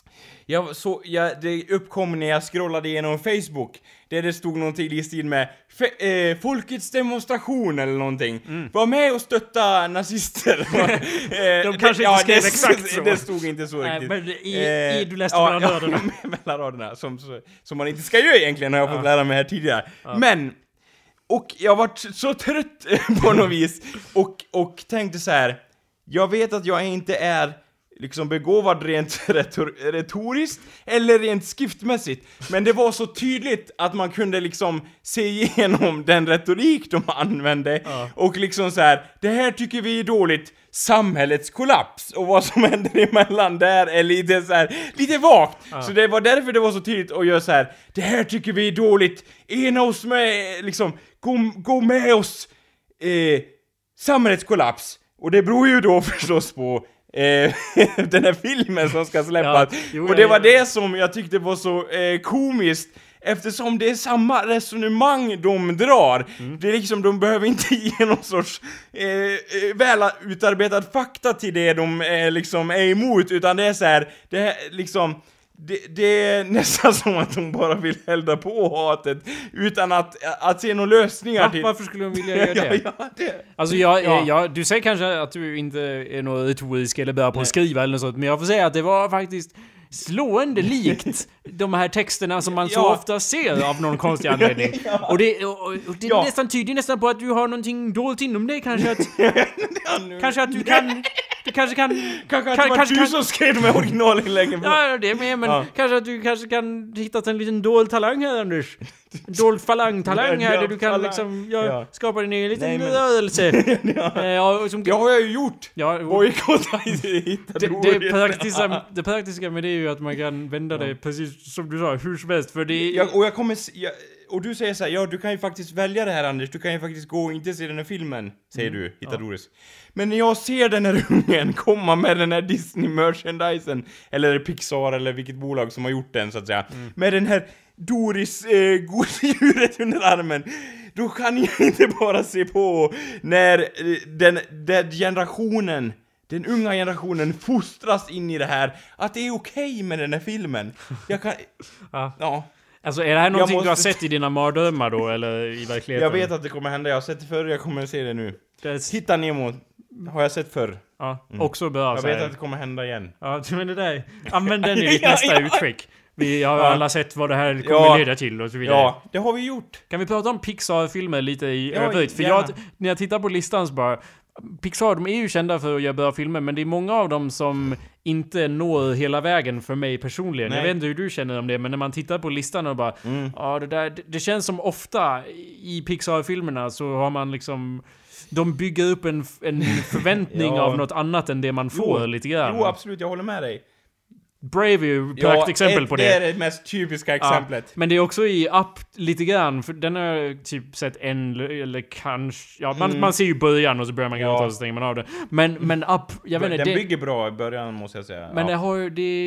Det uppkom när jag scrollade igenom Facebook, där det stod någonting i stil med folkets demonstration eller någonting. Var med och stötta nazister. De kanske inte skrev exakt så. Det stod inte så riktigt. Men du läste mellan raderna. Mellan raderna, som man inte ska göra egentligen, har jag fått lära mig här tidigare. Men, och jag var så trött på något vis, och tänkte så här: jag vet att jag inte är liksom begåvad rent retoriskt eller rent skriftmässigt, men det var så tydligt att man kunde liksom se igenom den retorik de använde, och liksom så här: det här tycker vi är dåligt, samhällets kollaps, och vad som händer emellan där är lite så här, lite vagt. Så det var därför det var så tydligt att göra så här: det här tycker vi är dåligt, ena oss med liksom, gå med oss, samhällets kollaps. Och det beror ju då förstås på den här filmen som ska släppas. Och det var det som jag tyckte var så komiskt, eftersom det är samma resonemang de drar. Det är liksom, de behöver inte ge någon sorts väl utarbetad fakta till det de liksom är emot, utan det är så här, det är liksom... Det är nästan som att de bara vill elda på hatet utan att se några lösningar till. Varför skulle de vilja göra det? Alltså du säger kanske att du inte är någon retorisk eller börjar på att skriva eller något sånt, men jag får säga att det var faktiskt slående likt de här texterna som man så ofta ser av någon konstig anledning. Och det är nästan tydligt nästan på att du har någonting dolt inom dig, kanske att du kan... Du kanske kan... Kanske du som skrev de här originalinläggen. Ja, det är med, men kanske att du kanske kan hitta en liten dold talang här, Anders. En dold talang här, där du kan liksom skapa din egen liten rörelse. Det har jag ju gjort. Det praktiska med det är ju att man kan vända det precis som du sa, hur som helst. För det och du säger så här: du kan ju faktiskt välja det här, Anders. Du kan ju faktiskt gå och inte se den här filmen, säger du, Hitta Doris. Men när jag ser den här ungen komma med den här Disney-merchandisen, eller Pixar, eller vilket bolag som har gjort den, så att säga, med den här Doris gosedjuret under armen, då kan jag inte bara se på när den unga generationen fostras in i det här, att det är okej med den här filmen. Jag kan... Alltså, är det här någonting du har sett i dina mardrömmar då, eller i verkligheten? Jag vet att det kommer hända, jag har sett det förr, jag kommer se det nu. Hitta Nemo har jag sett förr. Också bra. Jag vet att det kommer hända igen. Ja, men det där. Använd den i ditt nästa utskick. Vi har alla sett vad det här kommer leda till och så vidare. Ja, det har vi gjort. Kan vi prata om Pixar-filmer lite i övrigt? För när jag tittar på listan så bara... Pixar, de är ju kända för att göra bra filmer, men det är många av dem som inte når hela vägen för mig personligen. Jag vet inte hur du känner om det, men när man tittar på listan och bara det känns som ofta i Pixar-filmerna så har man liksom, de bygger upp en förväntning av något annat än det man får lite grann. Jo, absolut, jag håller med dig. Brave är ju ett exempel på det. Det är det mest typiska exemplet. Men det är också i Up lite grann, för den har jag typ sett en eller kanske... man ser ju början och så börjar man gråta och så stänger man av det. Men Up, jag vet inte... Den bygger bra i början, måste jag säga. Men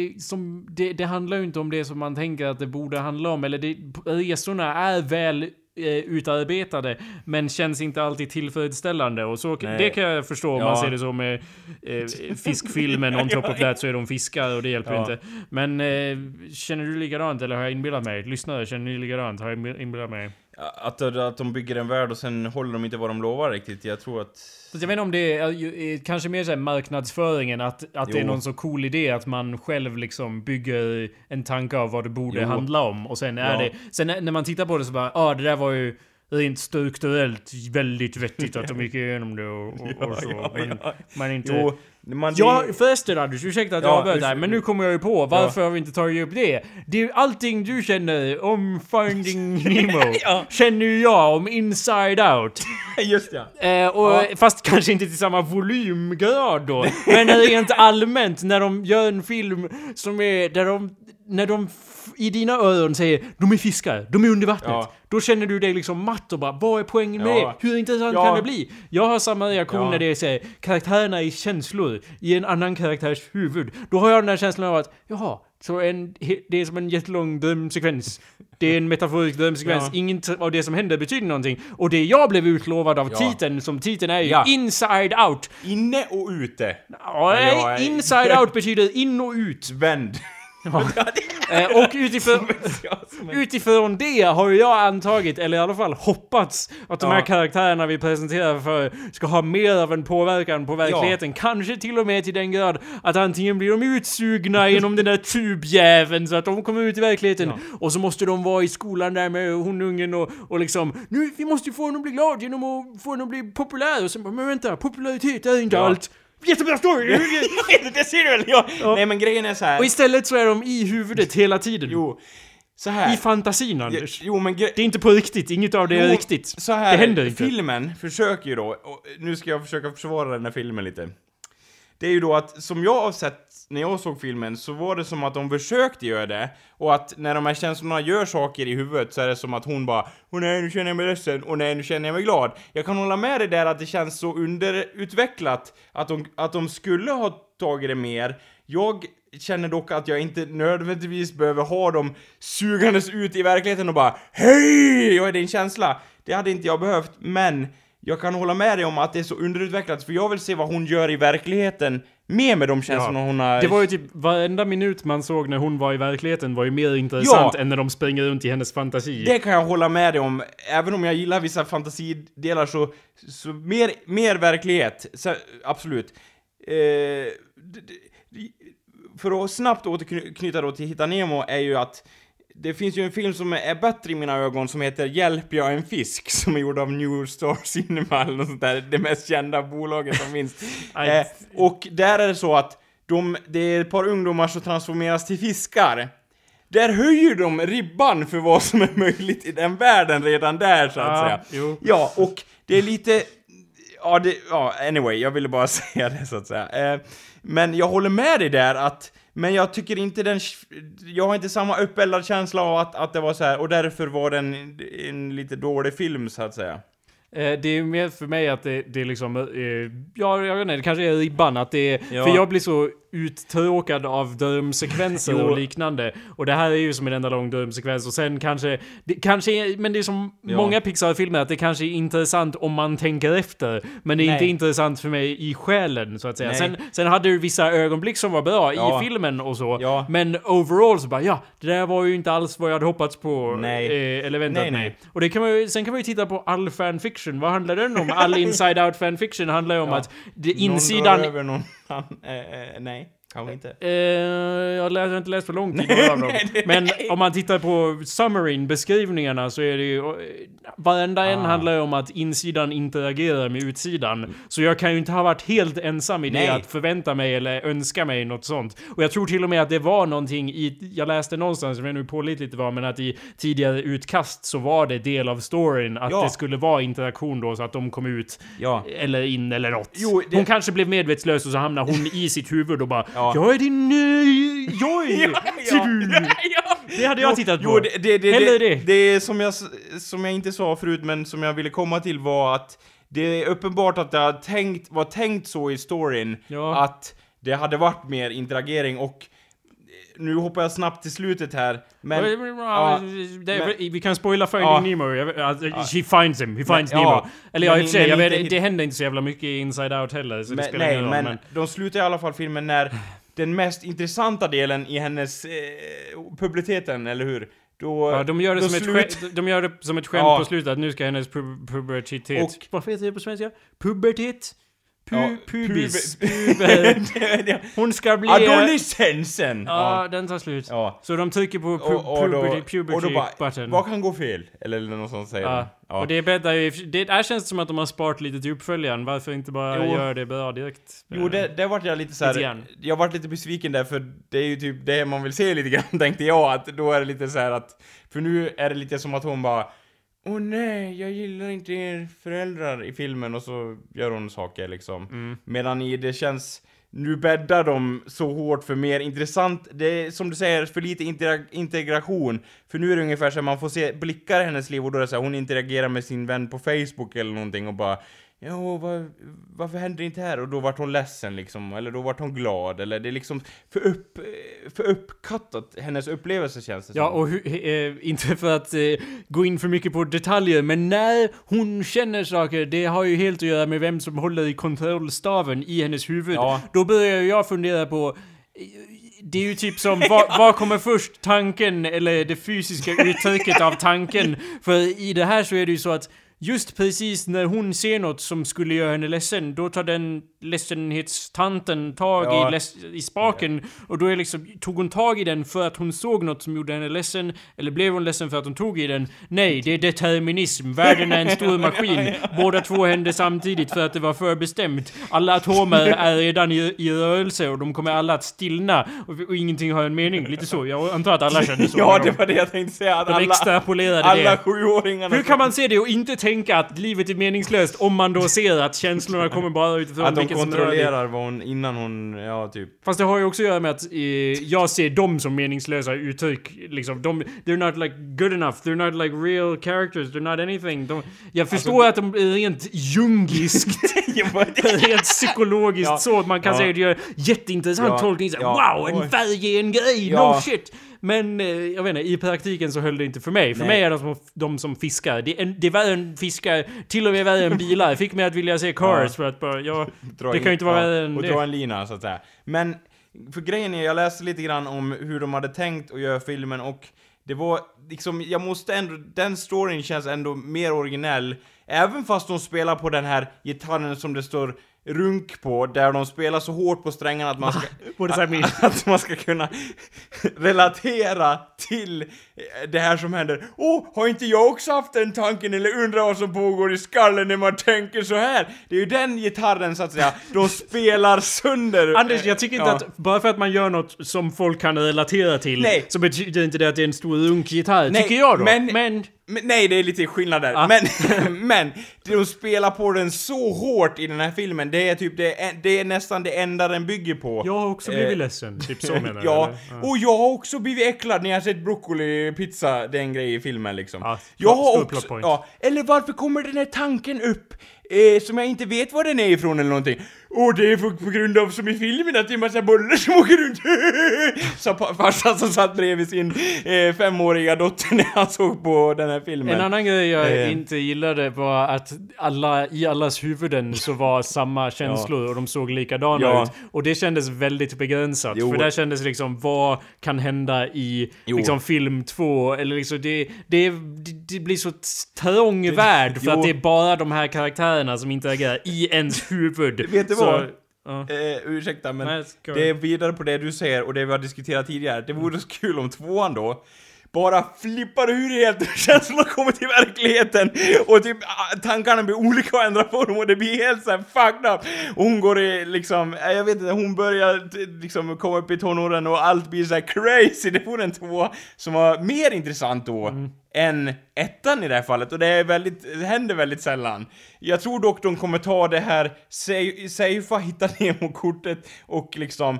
det handlar ju inte om det som man tänker att det borde handla om. Eller resorna är väl utarbetade, men känns inte alltid tillfredsställande. Och så, det kan jag förstå om man ser det som fiskfilmen on top of that, så är de fiskar och det hjälper inte. Men känner du likadant, eller har jag inbillat mig? Lyssnare, känner ni likadant? Har jag inbillat mig? Att de bygger en värld och sen håller de inte vad de lovar riktigt. Jag tror att... Så jag vet inte om det är kanske mer så här marknadsföringen, att det är någon så cool idé att man själv liksom bygger en tanke av vad det borde handla om. Och sen är det... Sen när man tittar på det så bara, det där var ju rent strukturellt väldigt vettigt att de gick igenom det och så. Men inte... Först Anders, ursäkta att jag avböt där, men nu kommer jag ju på varför har vi inte tagit upp det. Det är ju allting du känner om Finding Nemo känner ju jag om Inside Out. Just det. Fast kanske inte till samma volymgrad då. Men rent allmänt när de gör en film som är där när de i dina öron säger de är fiskar, de är under vattnet. Då känner du dig liksom matt och bara, vad är poängen med det? Hur intressant kan det bli? Jag har samma reaktion när det säger karaktärerna är känslor i en annan karaktärs huvud. Då har jag den här känslan av att så det är som en jättelång drömsekvens. Det är en metaforisk drömsekvens. Inget av det som händer betyder någonting. Och det jag blev utlovad av titeln, som titeln är ju Inside Out. Inne och ute. Inside Out betyder in och ut. Vänd. Och utifrån det har jag antagit, eller i alla fall hoppats, att de här karaktärerna vi presenterar för ska ha mer av en påverkan på verkligheten. Kanske till och med till den grad att antingen blir de utsugna genom den där tubjäveln så att de kommer ut i verkligheten. Och så måste de vara i skolan där med hundungen och liksom, nu vi måste ju få honom att bli glad genom att få honom att bli populär. Och sen bara, men vänta, popularitet är inte allt. Jättebra story! Det ser du väl? Nej, men grejen är så här. Och istället så är de i huvudet hela tiden. Så här. I fantasin, Anders. Men det är inte på riktigt, inget av det är riktigt. Så här, det händer inte. Filmen försöker ju då, och nu ska jag försöka försvara den här filmen lite. Det är ju då att, som jag har sett när jag såg filmen, så var det som att de försökte göra det. Och att när de här känslorna gör saker i huvudet så är det som att hon bara, nej nu känner jag mig ledsen, och nej nu känner jag mig glad. Jag kan hålla med dig där att det känns så underutvecklat att de skulle ha tagit det mer. Jag känner dock att jag inte nödvändigtvis behöver ha dem sugandes ut i verkligheten och bara, hej, vad är din känsla? Det hade inte jag behövt, men jag kan hålla med dig om att det är så underutvecklat, för jag vill se vad hon gör i verkligheten med de känslorna hon har... Det var ju typ varenda minut man såg när hon var i verkligheten var ju mer intressant än när de springer runt i hennes fantasi. Det kan jag hålla med dig om. Även om jag gillar vissa fantasidelar så mer verklighet. Så, absolut. För att snabbt återknyta då till Hitta Nemo är ju att det finns ju en film som är bättre i mina ögon som heter Hjälp, jag är en fisk, som är gjord av New Star Cinema eller något sånt där, det mest kända bolaget som finns. Och där är det så att det är ett par ungdomar som transformeras till fiskar. Där höjer de ribban för vad som är möjligt i den världen redan där, så att säga. Jo. Ja, och det är lite... anyway, jag ville bara säga det, så att säga. Men jag håller med dig där att... Men jag tycker inte jag har inte samma uppeldad känsla av att det var så här, och därför var det en lite dålig film, så att säga. Det är mer för mig att det är liksom... jag vet inte, det kanske är ribban att det är... För jag blir så uttråkad av drömsekvenser och liknande. Och det här är ju som en enda lång drömsekvens. Och sen kanske men det är som många Pixar-filmer, att det kanske är intressant om man tänker efter. Men det är inte intressant för mig i själen, så att säga. Sen hade du vissa ögonblick som var bra i filmen och så. Ja. Men overall så bara, det där var ju inte alls vad jag hade hoppats på. Eller väntat mig. Och det sen kan man ju titta på all fanfiction. Vad handlar den om? All Inside Out fanfiction handlar ju om att insidan... Någon drar över någon. Nej, kanske inte. Jag har inte läst för lång tid av dem. Men om man tittar på summaryn, beskrivningarna, så är det ju varenda en handlar ju om att insidan interagerar med utsidan. Så jag kan ju inte ha varit helt ensam i det att förvänta mig eller önska mig något sånt. Och jag tror till och med att det var någonting jag läste någonstans, som jag nu pålitligt var, men att i tidigare utkast så var det del av storyn att det skulle vara interaktion då, så att de kom ut eller in eller något. Hon kanske blev medvetslös och så hamnar hon i sitt huvud och bara jag är din det hade jag tittat på. Det är som jag inte sa förut, men som jag ville komma till, var att det är uppenbart att det var tänkt så i storyn att det hade varit mer interagering, och nu hoppar jag snabbt till slutet här. Men... vi kan spoila Finding Nemo. She finds him. He finds Nemo. Eller jag i och för sig, jag vet, det händer inte så jävla mycket i Inside Out heller. Så det spelar ingen roll, men de slutar i alla fall filmen när den mest intressanta delen i hennes publiciteten, eller hur? Då, de gör det som ett skämt på slutet, att nu ska hennes pubertet... Vad heter det på svenska? Pubertet? Pubis. Hon ska bli... Adolescensen! Ja, den tar slut. Ja. Så de trycker på puberty-button. Vad kan gå fel? Eller något sånt säger de. Ja. Och det är bättre... Det här känns som att de har sparat lite till uppföljaren. Varför inte bara göra det bra direkt? Jo, det vart jag lite så här. Jag vart lite besviken där, för det är ju typ det man vill se lite grann, tänkte jag. Att då är det lite så här att... För nu är det lite som att hon bara... Åh nej, jag gillar inte er föräldrar i filmen, och så gör hon saker liksom. Medan det känns... Nu bäddar de så hårt för mer intressant... Det är som du säger, för lite integration. För nu är det ungefär så att man får se blickar i hennes liv, och då är det så här, hon interagerar med sin vän på Facebook eller någonting och bara... Ja, varför händer det inte här? Och då vart hon ledsen liksom, eller då vart hon glad, eller det är liksom för uppkattat, hennes upplevelse känns det som. Ja, och inte för att gå in för mycket på detaljer, men när hon känner saker, det har ju helt att göra med vem som håller i kontrollstaven i hennes huvud. Ja. Då börjar jag fundera på... Det är ju typ som, vad kommer först? Tanken eller det fysiska uttrycket av tanken? För i det här så är det ju så att just precis när hon ser något som skulle göra henne ledsen, då tar den ledsenhetstanten tag i spaken, och då är liksom, tog hon tag i den för att hon såg något som gjorde henne ledsen, eller blev hon ledsen för att hon tog i den? Nej, det är determinism. Världen är en stor maskin. Båda två hände samtidigt för att det var förbestämt. Alla atomer är redan i rörelse, och de kommer alla att stillna, och ingenting har en mening. Lite så. Jag antar att alla kände så. Ja, det var det jag tänkte säga. Att de extrapolerade alla det. 7-åringarna. Hur kan man se det och inte tänka att livet är meningslöst om man då ser att känslorna kommer bara utifrån att de kontrollerar vad hon, innan hon, typ. Fast det har ju också att göra med att jag ser dem som meningslösa uttryck liksom. They're not like good enough, they're not like real characters, they're not anything. Jag förstår att de är rent jungiskt rent psykologiskt så att man kan säga att det gör jätteintressant tolkning. Wow, en färg är en grej, no shit. Men jag vet inte, i praktiken så höll det inte för mig. För mig är de som fiskar. Det var en fiskar, till och med värre än bilar. Fick mig att vilja se Cars för att bara, det kan ju inte vara värre än det. Och dra en lina så att säga. Men för grejen är, jag läste lite grann om hur de hade tänkt att göra filmen, och det var liksom, jag måste ändå, den storyn känns ändå mer originell. Även fast de spelar på den här gitarren som det står runk på, där de spelar så hårt på strängarna att man ska att man ska kunna relatera till det här som händer. Har inte jag också haft den tanken, eller undrar vad som pågår i skallen när man tänker så här? Det är ju den gitarren så att säga de spelar sönder. Anders, jag tycker inte att bara för att man gör något som folk kan relatera till, så betyder inte det att det är en stor runkgitarr, tycker jag då. Men nej, det är lite skillnad där. Men de spelar på den så hårt i den här filmen. Det är typ det är nästan det enda den bygger på. Jag har också blivit ledsen, typ så menar jag. Och jag har också blivit äcklad när jag har sett broccolipizza, det är en grej i filmen liksom. Jag har också, eller varför kommer den här tanken upp som jag inte vet var den är ifrån eller någonting. Det är på grund av, som i filmen, att det är en massa bollar som åker runt. Så farsan som satt bredvid sin 5-åriga dotter när han såg på den här filmen. En annan grej jag inte gillade var att i allas huvuden så var samma känslor och de såg likadana ut. Och det kändes väldigt begränsat. För där kändes liksom, vad kan hända i liksom film 2? Eller liksom, det blir så trång värld för att det är bara de här karaktärerna som interagerar i ens huvud. Vet du vad? Ursäkta, men det är vidare på det du säger och det vi har diskuterat tidigare. Det vore så kul om 2:an då bara flippar ur helt och känslorna kommer till verkligheten och typ tankarna blir olika och ändrar form och det blir helt så här fucked up och hon går i liksom, jag vet inte, hon börjar liksom komma upp i tonåren och allt blir så här crazy. Det vore en 2 som var mer intressant då än 1:an i det här fallet, och det händer väldigt sällan. Jag tror dock de kommer ta det här safea, hitta Nemo-kortet och liksom,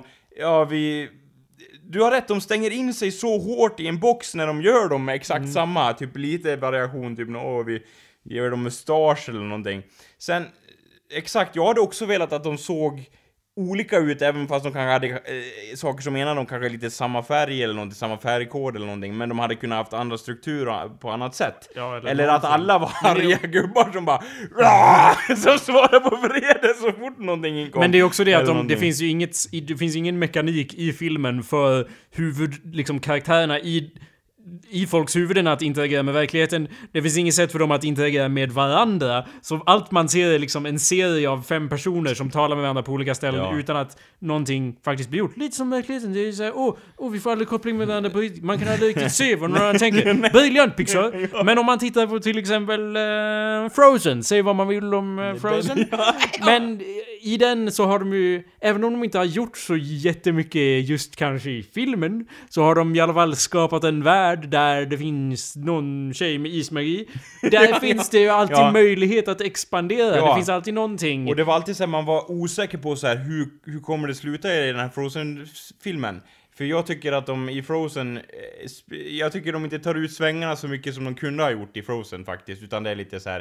du har rätt, de stänger in sig så hårt i en box när de gör dem med exakt samma, typ lite variation, typ vi gör dem mustasch eller någonting. Sen, exakt, jag hade också velat att de såg olika ut, även fast de kanske hade saker som menar de kanske lite samma färg eller någonting, samma färgkod eller någonting, men de hade kunnat haft andra strukturer på annat sätt. Ja, eller att alla var arga gubbar som bara som svarade på vrede så fort någonting inkom. Men det är också det att det finns ju ingen mekanik i filmen för liksom karaktärerna i folks huvuden att interagera med verkligheten. Det finns inget sätt för dem att interagera med varandra. Så allt man ser är liksom en serie av 5 personer som talar med varandra på olika ställen utan att någonting faktiskt blir gjort. Lite som verkligheten. Det är så här, vi får aldrig koppling med varandra på man kan aldrig riktigt se vad någon tänker. Briljant Pixar. Men om man tittar på till exempel Frozen, säg vad man vill om Frozen. Men i den så har de ju, även om de inte har gjort så jättemycket just kanske i filmen, så har de i alla fall skapat en värld där det finns någon tjej med ismagi. Där finns det ju alltid möjlighet att expandera. Det finns alltid någonting. Och det var alltid så här, man var osäker på så här, hur kommer det sluta i den här Frozen-filmen? För jag tycker att de i Frozen, jag tycker de inte tar ut svängarna så mycket som de kunde ha gjort i Frozen faktiskt, utan det är lite så här.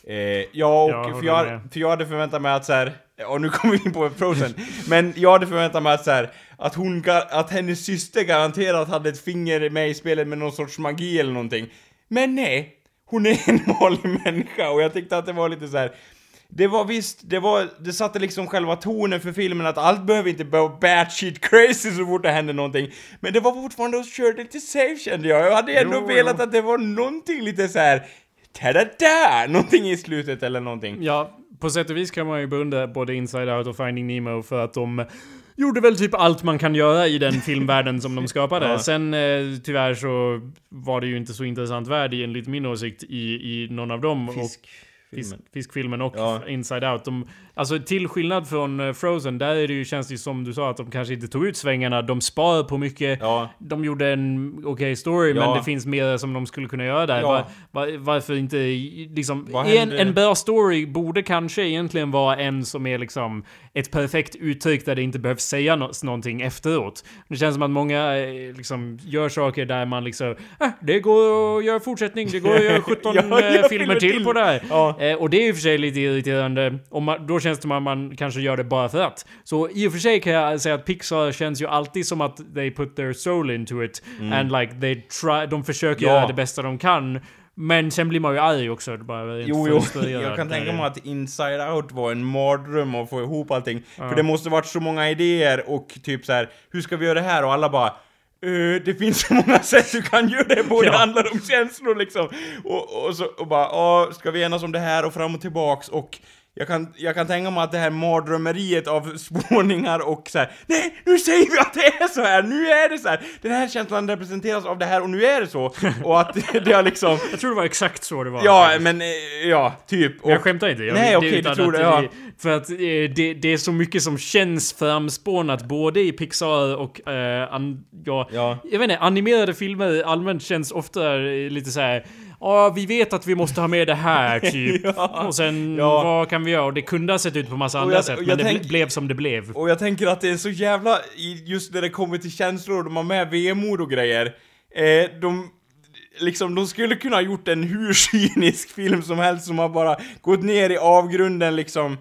För jag hade förväntat mig att så här, och nu kommer vi in på Frozen, men jag hade förväntat mig att så här, att hennes syster garanterat hade ett finger med i spelet med någon sorts magi eller någonting. Men nej, hon är en vanlig människa, och jag tyckte att det var lite så här. Det var visst, det satte liksom själva tonen för filmen att allt behöver inte vara batshit crazy så fort det händer någonting. Men det var fortfarande att köra lite safe, kände jag. Jag hade ändå velat att det var någonting lite så här. Ta-da-da! Någonting i slutet eller någonting. Ja, på sätt och vis kan man ju beundra både Inside Out och Finding Nemo för att de gjorde väl typ allt man kan göra i den filmvärlden som de skapade. Sen tyvärr så var det ju inte så intressant värld enligt min åsikt i någon av dem. Fiskfilmen och Inside Out. Alltså till skillnad från Frozen, där är det ju, känns det som du sa att de kanske inte tog ut svängarna. De sparar på mycket. De gjorde en okej story, men det finns mer som de skulle kunna göra där. Varför inte liksom en bra story borde kanske egentligen vara en som är liksom ett perfekt uttryck där det inte behövs säga någonting efteråt. Det känns som att många liksom gör saker där man liksom det går att göra fortsättning, det går att göra 17 filmer till på det här. Och det är ju för sig lite irriterande. Då känns det som att man kanske gör det bara för att. Så i och för sig kan jag säga att Pixar känns ju alltid som att they put their soul into it. And like de försöker göra det bästa de kan. Men sen blir man ju arg också. Jag kan tänka mig att Inside Out var en mardröm att få ihop allting. För det måste varit så många idéer och typ så här, hur ska vi göra det här? Och alla bara, det finns så många sätt du kan göra det på. Det handlar om känslor liksom. Och bara, ska vi enas om det här och fram och tillbaks. Och jag kan tänka mig att det här mardrömmeriet av spårningar och så här, nej, nu säger vi att det är så här, nu är det så här. Den här känslan representeras av det här och nu är det så. Och att det har liksom. Jag tror det var exakt så det var. Ja, men typ. Och jag skämtar inte. Nej, okej, du tror det. För att det är så mycket som känns framspånat både i Pixar och jag vet inte, animerade filmer allmänt känns ofta lite så här. Vi vet att vi måste ha med det här typ. Och sen vad kan vi göra? Och det kunde ha sett ut på massa andra sätt, men det blev som det blev. Och jag tänker att det är så jävla, just när det kommer till känslor, de har med vemod och grejer. De skulle kunna ha gjort en hur cynisk film som helst som har bara gått ner i avgrunden liksom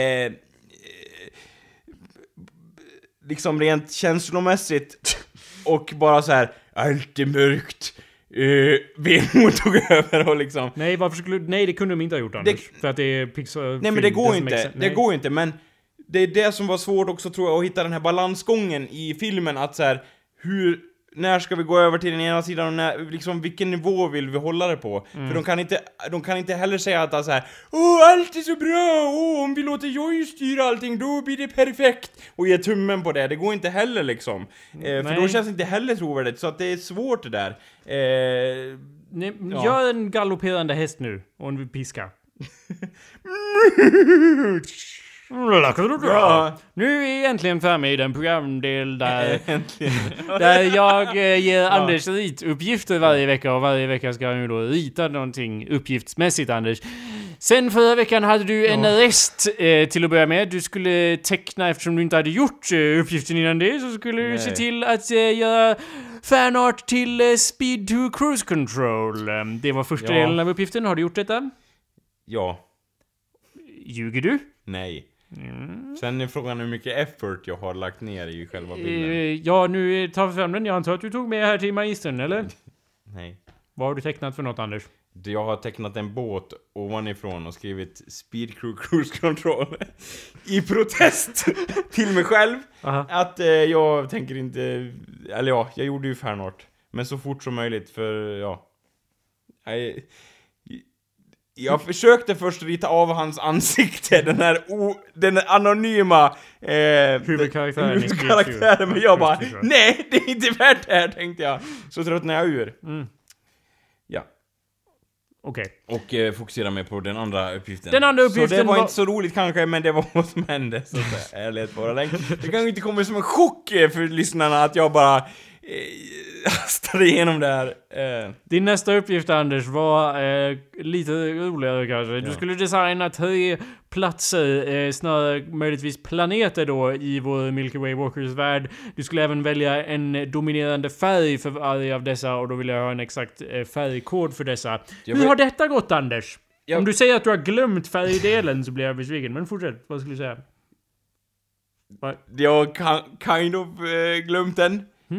liksom rent känslomässigt och bara så här, allt är mörkt. Vemod tog över och liksom. Nej, det kunde de inte ha gjort annars. För att det är Pixar. Nej, men det går inte. Det går inte, men det är det som var svårt också, tror jag, att hitta den här balansgången i filmen, att så här, när ska vi gå över till den ena sidan och när, liksom, vilken nivå vill vi hålla det på? För de kan inte heller säga att så här, allt är så bra, om vi låter Joy styra allting, då blir det perfekt, och ge tummen på det. Det går inte heller liksom. För då känns det inte heller trovärdigt, så att det är svårt det där. Gör en galopperande häst nu och en piska. Nu är äntligen framme i den programdel där jag ger Anders rituppgifter varje vecka, och varje vecka ska han ju då rita någonting uppgiftsmässigt, Anders. Sen förra veckan hade du en rest till att börja med. Du skulle teckna, eftersom du inte hade gjort uppgiften innan det, så skulle du se till att göra fanart till Speed to Cruise Control. Det var första delen av uppgiften. Har du gjort detta? Ja. Ljuger du? Nej. Sen är frågan hur mycket effort jag har lagt ner i själva bilden. Ja, nu tar vi fram den. Jag antar att du tog med här till magistern, eller? Nej. Vad har du tecknat för något, Anders? Jag har tecknat en båt ovanifrån och skrivit Speed Crew Cruise Control i protest till mig själv. Aha. Att jag tänker inte... Eller ja, jag gjorde ju Färnort. Men så fort som möjligt, för ja... Jag försökte först rita av hans ansikte, den anonyma huvudkaraktären, men jag bara, nej, det är inte värt det här, tänkte jag. Så tröttnade jag ur. Ja. Okej. Och fokusera mig på den andra uppgiften. Så det var inte så roligt kanske, men det var vad som hände. Så ärligt bara länge. Det kan ju inte komma som en chock för lyssnarna att jag bara hastade igenom det här. Din nästa uppgift, Anders, var lite roligare kanske. Du skulle designa 3 platser, snarare möjligtvis planeter då, i vår Milky Way Walkers värld. Du skulle även välja en dominerande färg för varje av dessa, och då vill jag ha en exakt färgkod för dessa. Hur har detta gått, Anders? Om du säger att du har glömt färgdelen så blir jag besviken. Men fortsätt, vad skulle du säga? Jag har kind of glömt den.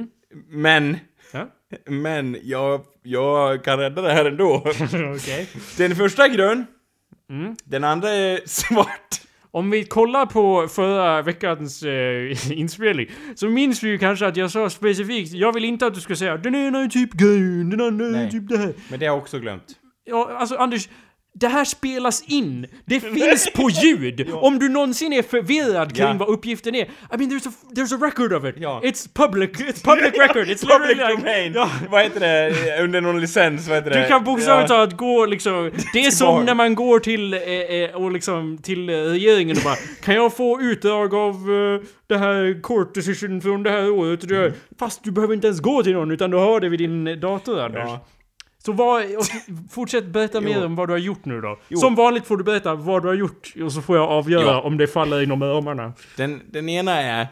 Men jag kan rädda det här ändå. Okay. Den första är grön. Den andra är svart. Om vi kollar på förra veckans inspelning, så minns vi ju kanske att jag sa specifikt, jag vill inte att du ska säga den ena är typ grön, den andra är typ det här. Men det har jag också glömt. Ja, alltså Anders, det här spelas in. Det finns på ljud. Om du någonsin är förvirrad kring vad uppgiften är. I mean, there's a record of it. It's public record. It's public domain. Vad heter det? Under någon licens, vad heter det? Du kan bokstavligt talat gå liksom... Det är som när man går till och liksom till regeringen och bara, kan jag få utdrag av det här court decision från det här året? Fast du behöver inte ens gå till någon, utan du har det vid din dator, Anders. Så fortsätt berätta mer om vad du har gjort nu då. Som vanligt får du berätta vad du har gjort, och så får jag avgöra om det faller inom ramarna. Den ena är...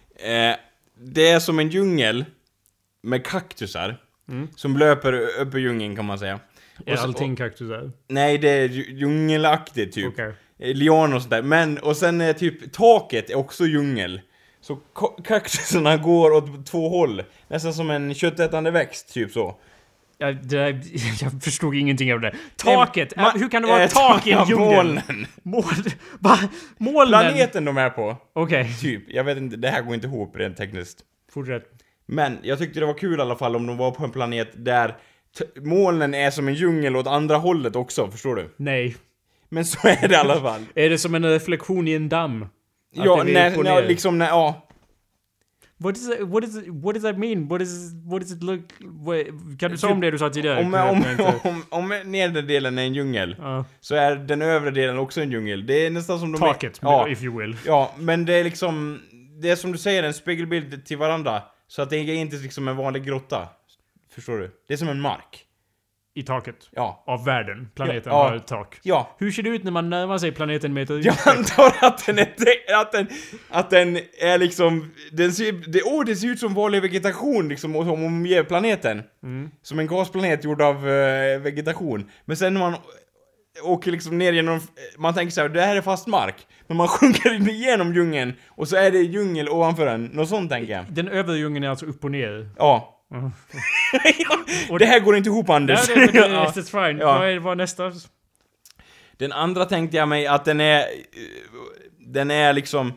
det är som en djungel med kaktusar som löper upp i djungeln, kan man säga. Är allting kaktusar? Nej, det är djungelaktigt typ. Okay. Lian och sånt där. Och sen är typ taket är också djungel. Så kaktusarna går åt 2 håll. Nästan som en köttätande växt, typ så. Jag förstod ingenting av det. Taket! Hur kan det vara ett tak i en djungel? Molnen? Planeten de är på. Okej. Typ, jag vet inte, det här går inte ihop rent tekniskt. Fortsätt. Men jag tyckte det var kul i alla fall om de var på en planet där molnen är som en djungel åt andra hållet också, förstår du? Nej. Men så är det i alla fall. Är det som en reflektion i en damm? Ja, liksom när, ja. What does that mean? What does it look? Kan du säga om det du sa tidigare? Om nedre delen är en djungel, så är den övre delen också en djungel. Det är nästan som de taket, if you will. Ja, men det är liksom, det är som du säger, en spegelbild till varandra. Så att det är inte liksom en vanlig grotta. Förstår du? Det är som en mark. I taket? Ja. Av världen. Planeten har ett tak. Ja. Hur ser det ut när man närmar sig planeten med ett... Jag antar att den är liksom... Det ser ut som vanlig vegetation liksom, som omger planeten. Som en gasplanet gjord av vegetation. Men sen när man åker liksom ner genom... Man tänker så här, det här är fast mark. Men man sjunker in igenom djungeln. Och så är det djungel ovanför den. Något sånt tänker jag. Den övre djungeln är alltså upp och ner? Ja. Och det här går inte ihop, Anders. Ja, det är fine. Ja. Vad nästa? Den andra tänkte jag mig att den är liksom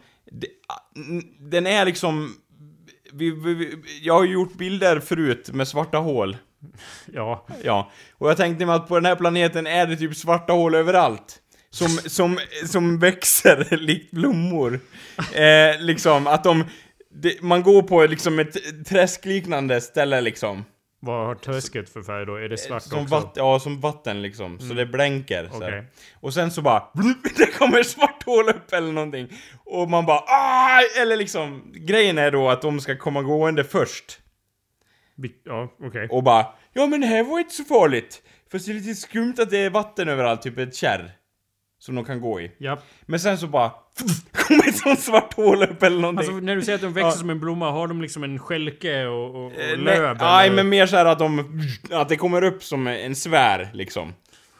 jag har gjort bilder förut med svarta hål. Ja. Och jag tänkte mig att på den här planeten är det typ svarta hål överallt. Som växer likt blommor. Liksom att man går på liksom ett träskliknande ställe liksom. Vad har träsket för färg då? Är det svart också? Som vatten liksom. Så det blänker så här. Och sen så bara det kommer svart hål upp eller någonting. Och man bara eller liksom, grejen är då att de ska komma gående först. Ja, okej. Och bara, ja men det här var inte så farligt. För det är lite skumt att det är vatten överallt, typ ett kärr som de kan gå i. Ja. Men sen så bara kommer ett sånt svart hål upp eller någonting. Alltså när du säger att de växer som en blomma, har de liksom en skälke och löv? Nej, men mer så här att det kommer upp som en svär liksom.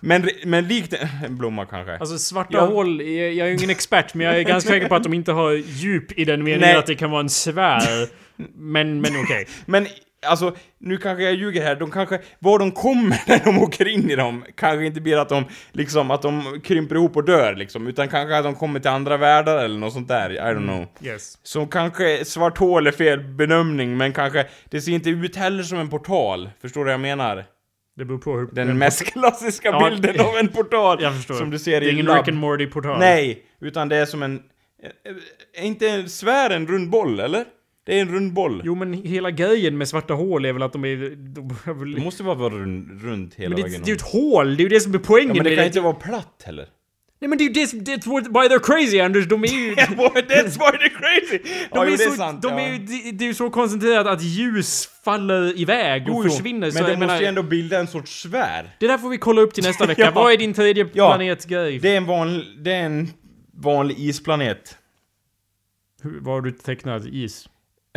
Men likt en blomma kanske. Alltså svarta hål, jag är ju ingen expert, men jag är ganska säker på att de inte har djup i den meningen att det kan vara en sfär. Men okej. Men alltså, nu kanske jag ljuger här. De kanske, var de kommer när de åker in i dem, kanske inte blir att de liksom, att de krymper ihop och dör liksom, utan kanske att de kommer till andra världar eller något sånt där. I don't know. Yes. Så kanske svart hål är fel benämning, men kanske det ser inte ut heller som en portal. Förstår du vad jag menar? Det beror på hur... Den mest klassiska bilden av en portal. Jag förstår. Som du ser det är i ingen labb. Rick and Morty-portal. Nej, utan det är som en... Är inte en svär en rund boll, eller? Det är en rund boll. Jo, men hela grejen med svarta hål är väl att de är... Det måste vara runt hela vägen. Men det är ju ett hål, det är ju det som är poängen. Ja, men det med kan inte vara platt heller. Nej, men det är ju det why they're crazy, Anders. De är ju... That's why they're crazy! Det är ju så koncentrerat att ljus faller iväg och försvinner. Men det måste ju ändå bilda en sorts svär. Det där får vi kolla upp till nästa vecka. Vad är din tredje planetgrej? Det är en vanlig isplanet. Vad har du tecknat? Is?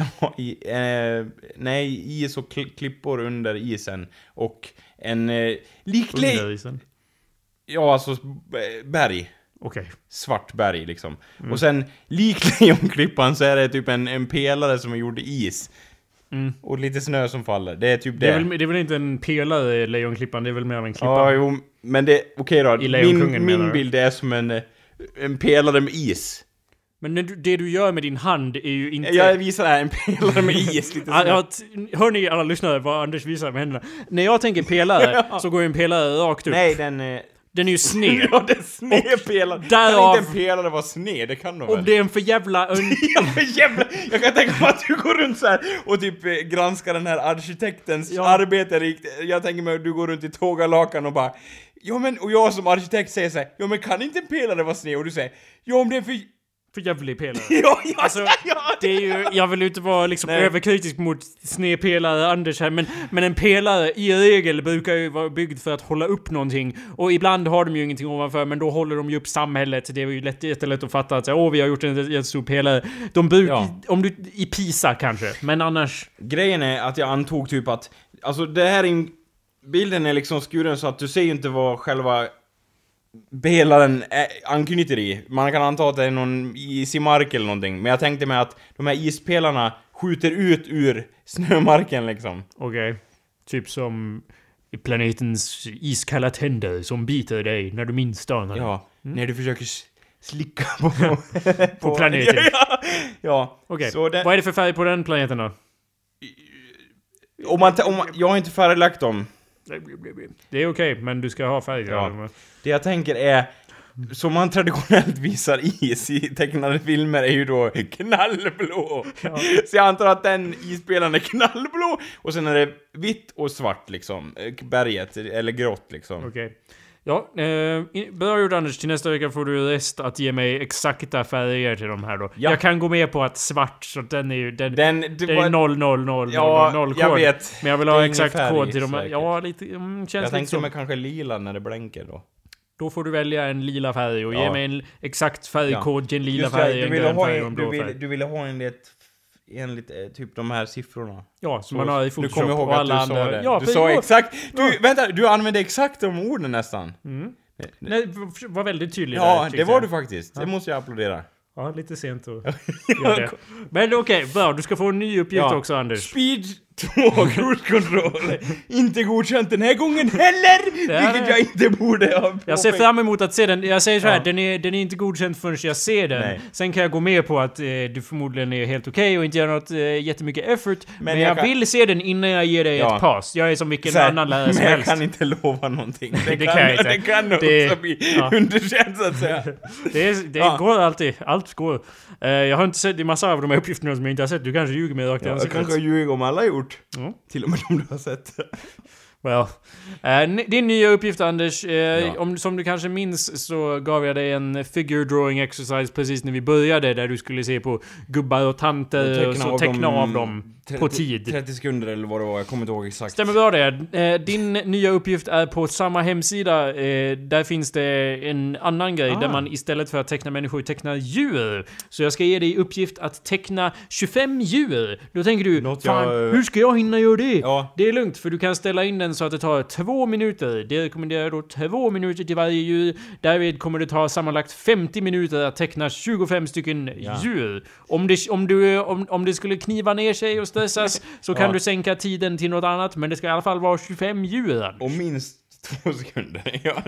Nej, is och klippor under isen. Och en under isen? Ja, alltså berg. Okej. Svart berg liksom. Och sen likt Lejonklippan så är det typ en pelare som är gjord i is. Och lite snö som faller. Det är typ det. Det är väl inte en pelare, Lejonklippan, det är väl mer av en klippa. Ja, jo, men det okej då. Min bild är som en pelare med is. Men det du gör med din hand är ju inte... Jag visar här en pelare med is lite snö. Hör ni alla lyssnare vad Anders visar med händerna? När jag tänker pelare så går ju en pelare rakt upp. Nej, den är ju sned. Ja, det är snedpelare. Därav... Kan inte en pelare vara sned? Det kan de väl? Om det är en för jävla... Ja, för jävla... Jag kan tänka mig att du går runt så här och typ granskar den här arkitektens arbete. Jag tänker mig att du går runt i tågalakan och bara... Ja, men... Och jag som arkitekt säger så här... Ja, men kan inte en pelare vara sned? Och du säger... Ja, om det är för jävlig pelare. Alltså, det är ju, jag vill inte vara liksom överkritisk mot snedpelare Anders här, men en pelare i regel brukar ju vara byggd för att hålla upp någonting, och ibland har de ju ingenting ovanför, men då håller de ju upp samhället. Det är ju jättelätt att fatta att vi har gjort en jättestor pelare. De brukar, om du i Pisa kanske, men annars... Grejen är att jag antog typ att, alltså det här bilden är liksom skuren så att du ser ju inte vad själva pelaren anknyter i. Man kan anta att det är någon is i mark eller någonting. Men jag tänkte mig att de här ispelarna skjuter ut ur snömarken liksom. Okej. Typ som i planetens iskalla tänder som biter dig när du minst anar. Ja, när du försöker slicka på planeten. Ja. Okej. Vad är det för färg på den planeten då? Jag har inte färglagt dem. Det är okej, men du ska ha färg. Ja. Det jag tänker är, som man traditionellt visar is i tecknade filmer, är ju då knallblå. Ja. Så jag antar att den isspelaren är knallblå, och sen är det vitt och svart liksom, berget, eller grått liksom. Okej. Ja, bra gjort Anders. Till nästa vecka får du rest att ge mig exakta färger till de här då. Ja. Jag kan gå med på att svart, så den är ju... Den är 00000 kod. Jag vet. Men jag vill ha exakt kod till de här. Ja, lite... känns jag lite tänkte så. mig kanske lila när det blänker då. Då får du välja en lila färg och ge mig en exakt färgkod till en lila färg, en grön färg och en blå färg. Du ville ha enligt typ de här siffrorna. Ja, som man har i Photoshop. Du kommer ihåg och att alla du sa andra. det. Ja, du sa exakt... Vänta, du använde exakt de orden nästan. Nej, var väldigt tydlig. Ja, det var du faktiskt. Det måste jag applådera. Ja, lite sent att göra det. Men okej, bra. Du ska få en ny uppgift också, Anders. Speed 2 cruise control. Inte godkänt den här gången heller! Vilket jag inte borde ha. Jag ser fram emot att se den. Jag säger så här, den är inte godkänd förrän jag ser den. Nej. Sen kan jag gå med på att du förmodligen är helt okej och inte gör något jättemycket effort. Men jag vill se den innan jag ger dig ett pass. Jag är som vilken annan lärare som helst. Men jag kan inte lova någonting. Det kan jag inte. Det kan också bli underkänt, så att säga. Det går alltid. Allt går. Jag har inte sett en massa av de här uppgifterna som jag inte har sett. Du kanske ljuger med rakt i ansiktet. Jag kanske ljuger om alla har gjort. Till och med de du har sett. Din nya uppgift, Anders. Som du kanske minns så gav jag dig en figure drawing exercise precis när vi började, där du skulle se på gubbar och tanter och så teckna av dem. på tid. 30 sekunder eller vad det var, jag kommer inte ihåg exakt. Stämmer bra det. Din nya uppgift är på samma hemsida. Där finns det en annan grej där man istället för att teckna människor tecknar djur. Så jag ska ge dig uppgift att teckna 25 djur. Då tänker du, hur ska jag hinna göra det? Ja. Det är lugnt, för du kan ställa in den så att det tar 2 minuter. Det rekommenderar då 2 minuter till varje djur. Därvid kommer det ta sammanlagt 50 minuter att teckna 25 stycken djur. Om det skulle kniva ner sig och stressas så kan du sänka tiden till något annat, men det ska i alla fall vara 25 djur. Och minst 2 sekunder.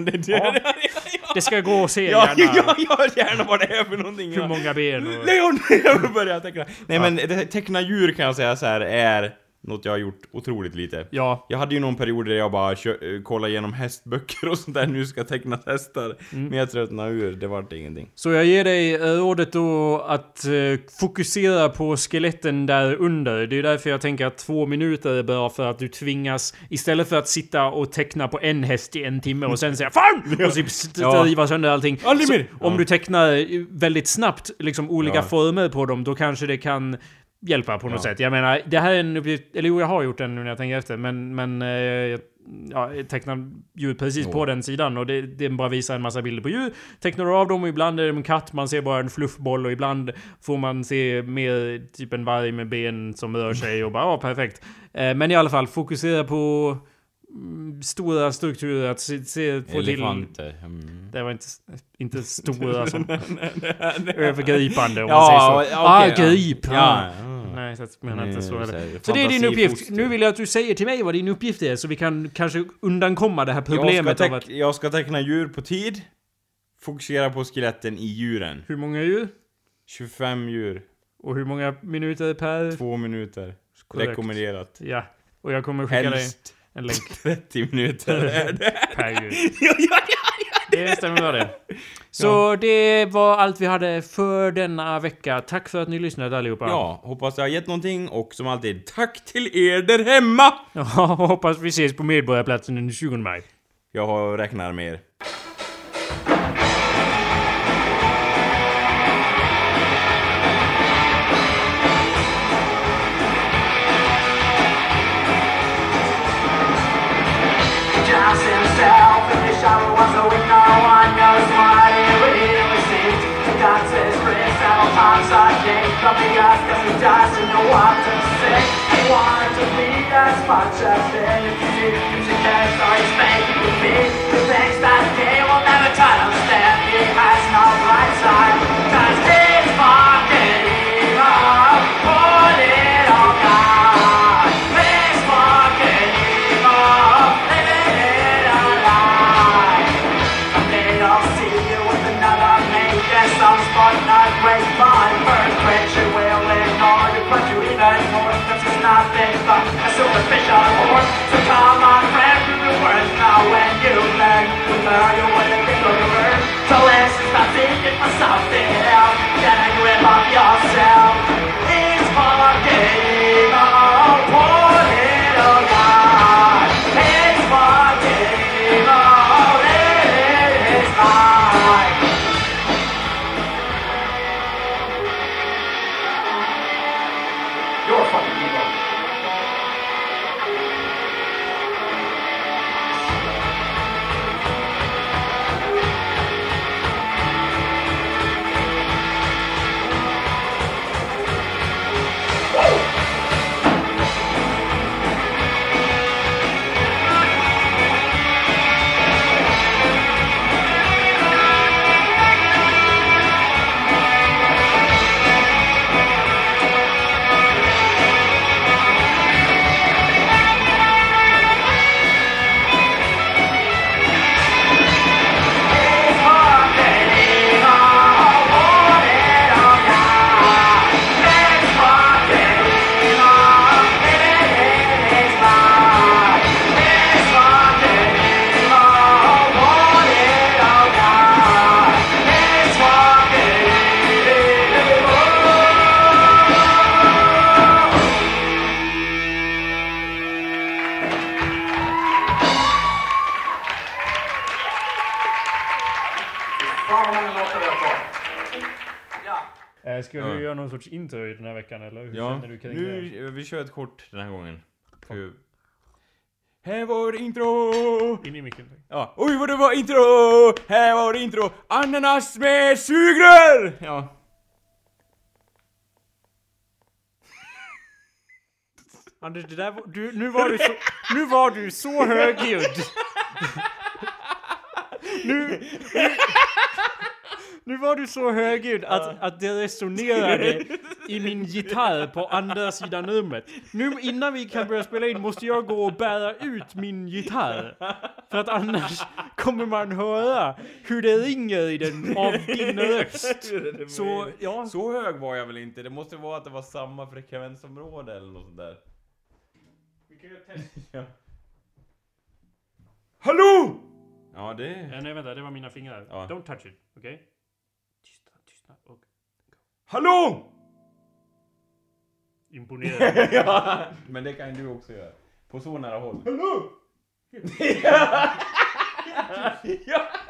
Det ska gå att se gärna. Gärna vad det är för någonting. Hur många ben och... Leon, jag vill börja teckna. Nej men teckna djur kan jag säga så här är något jag har gjort otroligt lite. Ja. Jag hade ju någon period där jag bara kollade igenom hästböcker och sånt där. Nu ska teckna hästar. Men jag tröttnade ur, det var ingenting. Så jag ger dig rådet då att fokusera på skeletten där under. Det är därför jag tänker att 2 minuter är bra, för att du tvingas, istället för att sitta och teckna på en häst i 1 timme och sen säga fan! Och så riva sönder allting. Så, om du tecknar väldigt snabbt liksom olika former på dem, då kanske det kan hjälpa på något sätt. Jag menar, det här är en uppgift, eller jo, jag har gjort den nu när jag tänker efter, men jag tecknar djur precis på den sidan, och det bara visar en massa bilder på djur. Tecknar du av dem, och ibland är det en katt, man ser bara en fluffboll, och ibland får man se mer typ en varg med ben som rör sig och bara, perfekt. Men i alla fall, fokusera på stora strukturer, att se få elefanter. Det var inte stora som övergripande, om man säger så. Grip. Nej, så jag menar inte så. Så det är din uppgift. Nu vill jag att du säger till mig vad din uppgift är, så vi kan kanske undankomma det här problemet av att... Jag ska teckna djur på tid. Fokusera på skeletten i djuren. Hur många djur? 25 djur. Och hur många minuter per? 2 minuter. Korrekt. Rekommenderat. Ja. Och jag kommer skicka dig en länk. 30 minuter per djur. Det stämmer bra det. Så det var allt vi hade för denna vecka. Tack för att ni lyssnade allihopa. Ja, hoppas jag har gett någonting. Och som alltid, tack till er där hemma. Ja, hoppas vi ses på Medborgarplatsen den 20 maj. Jag räknar med er. Was a week, no one knows what he really seems. The dance is free, several times a day. From the earth, cause he doesn't know what to say. He wanted to be as much as they see. If she cares, so he's making with me. He thinks that he will never try to stand. He has no right side, cause he's fucking evil. Put it on God. He's fucking evil. Living in a lie. I'll see you with another mate. Yes, I'm spotting that great fun. First quench you will ignore you, but you even more. Cause it's nothing but a superficial whore. So come on, friend, prove your worth. Now when you learn, you will you wouldn't think of your worth. So let's stop thinking myself. Ska du göra någon sorts intro i den här veckan eller hur Ja, känner du kring det? nu, vi kör ett kort den här gången. Här var intro! In i micken. Ja, oj vad det var intro! Här var intro! Ananas med sugrör! Ja. Anders, det där var, nu var du så högljudd. Nu var du så högljudd att det resonerade i min gitarr på andra sidan rummet. Nu innan vi kan börja spela in måste jag gå och bära ut min gitarr. För att annars kommer man höra hur det ringer i den av din röst. Så, ja. Så hög var jag väl inte. Det måste vara att det var samma frekvensområde eller något sånt där. Vi kan göra test. Ja. Hallå! Ja, det... Nej, vänta, det var mina fingrar. Ja. Don't touch it, okej? Okay? Tystnad och... Hallå! Imponerande. Ja, men det kan du också göra. På så nära håll. Hallå! Ja!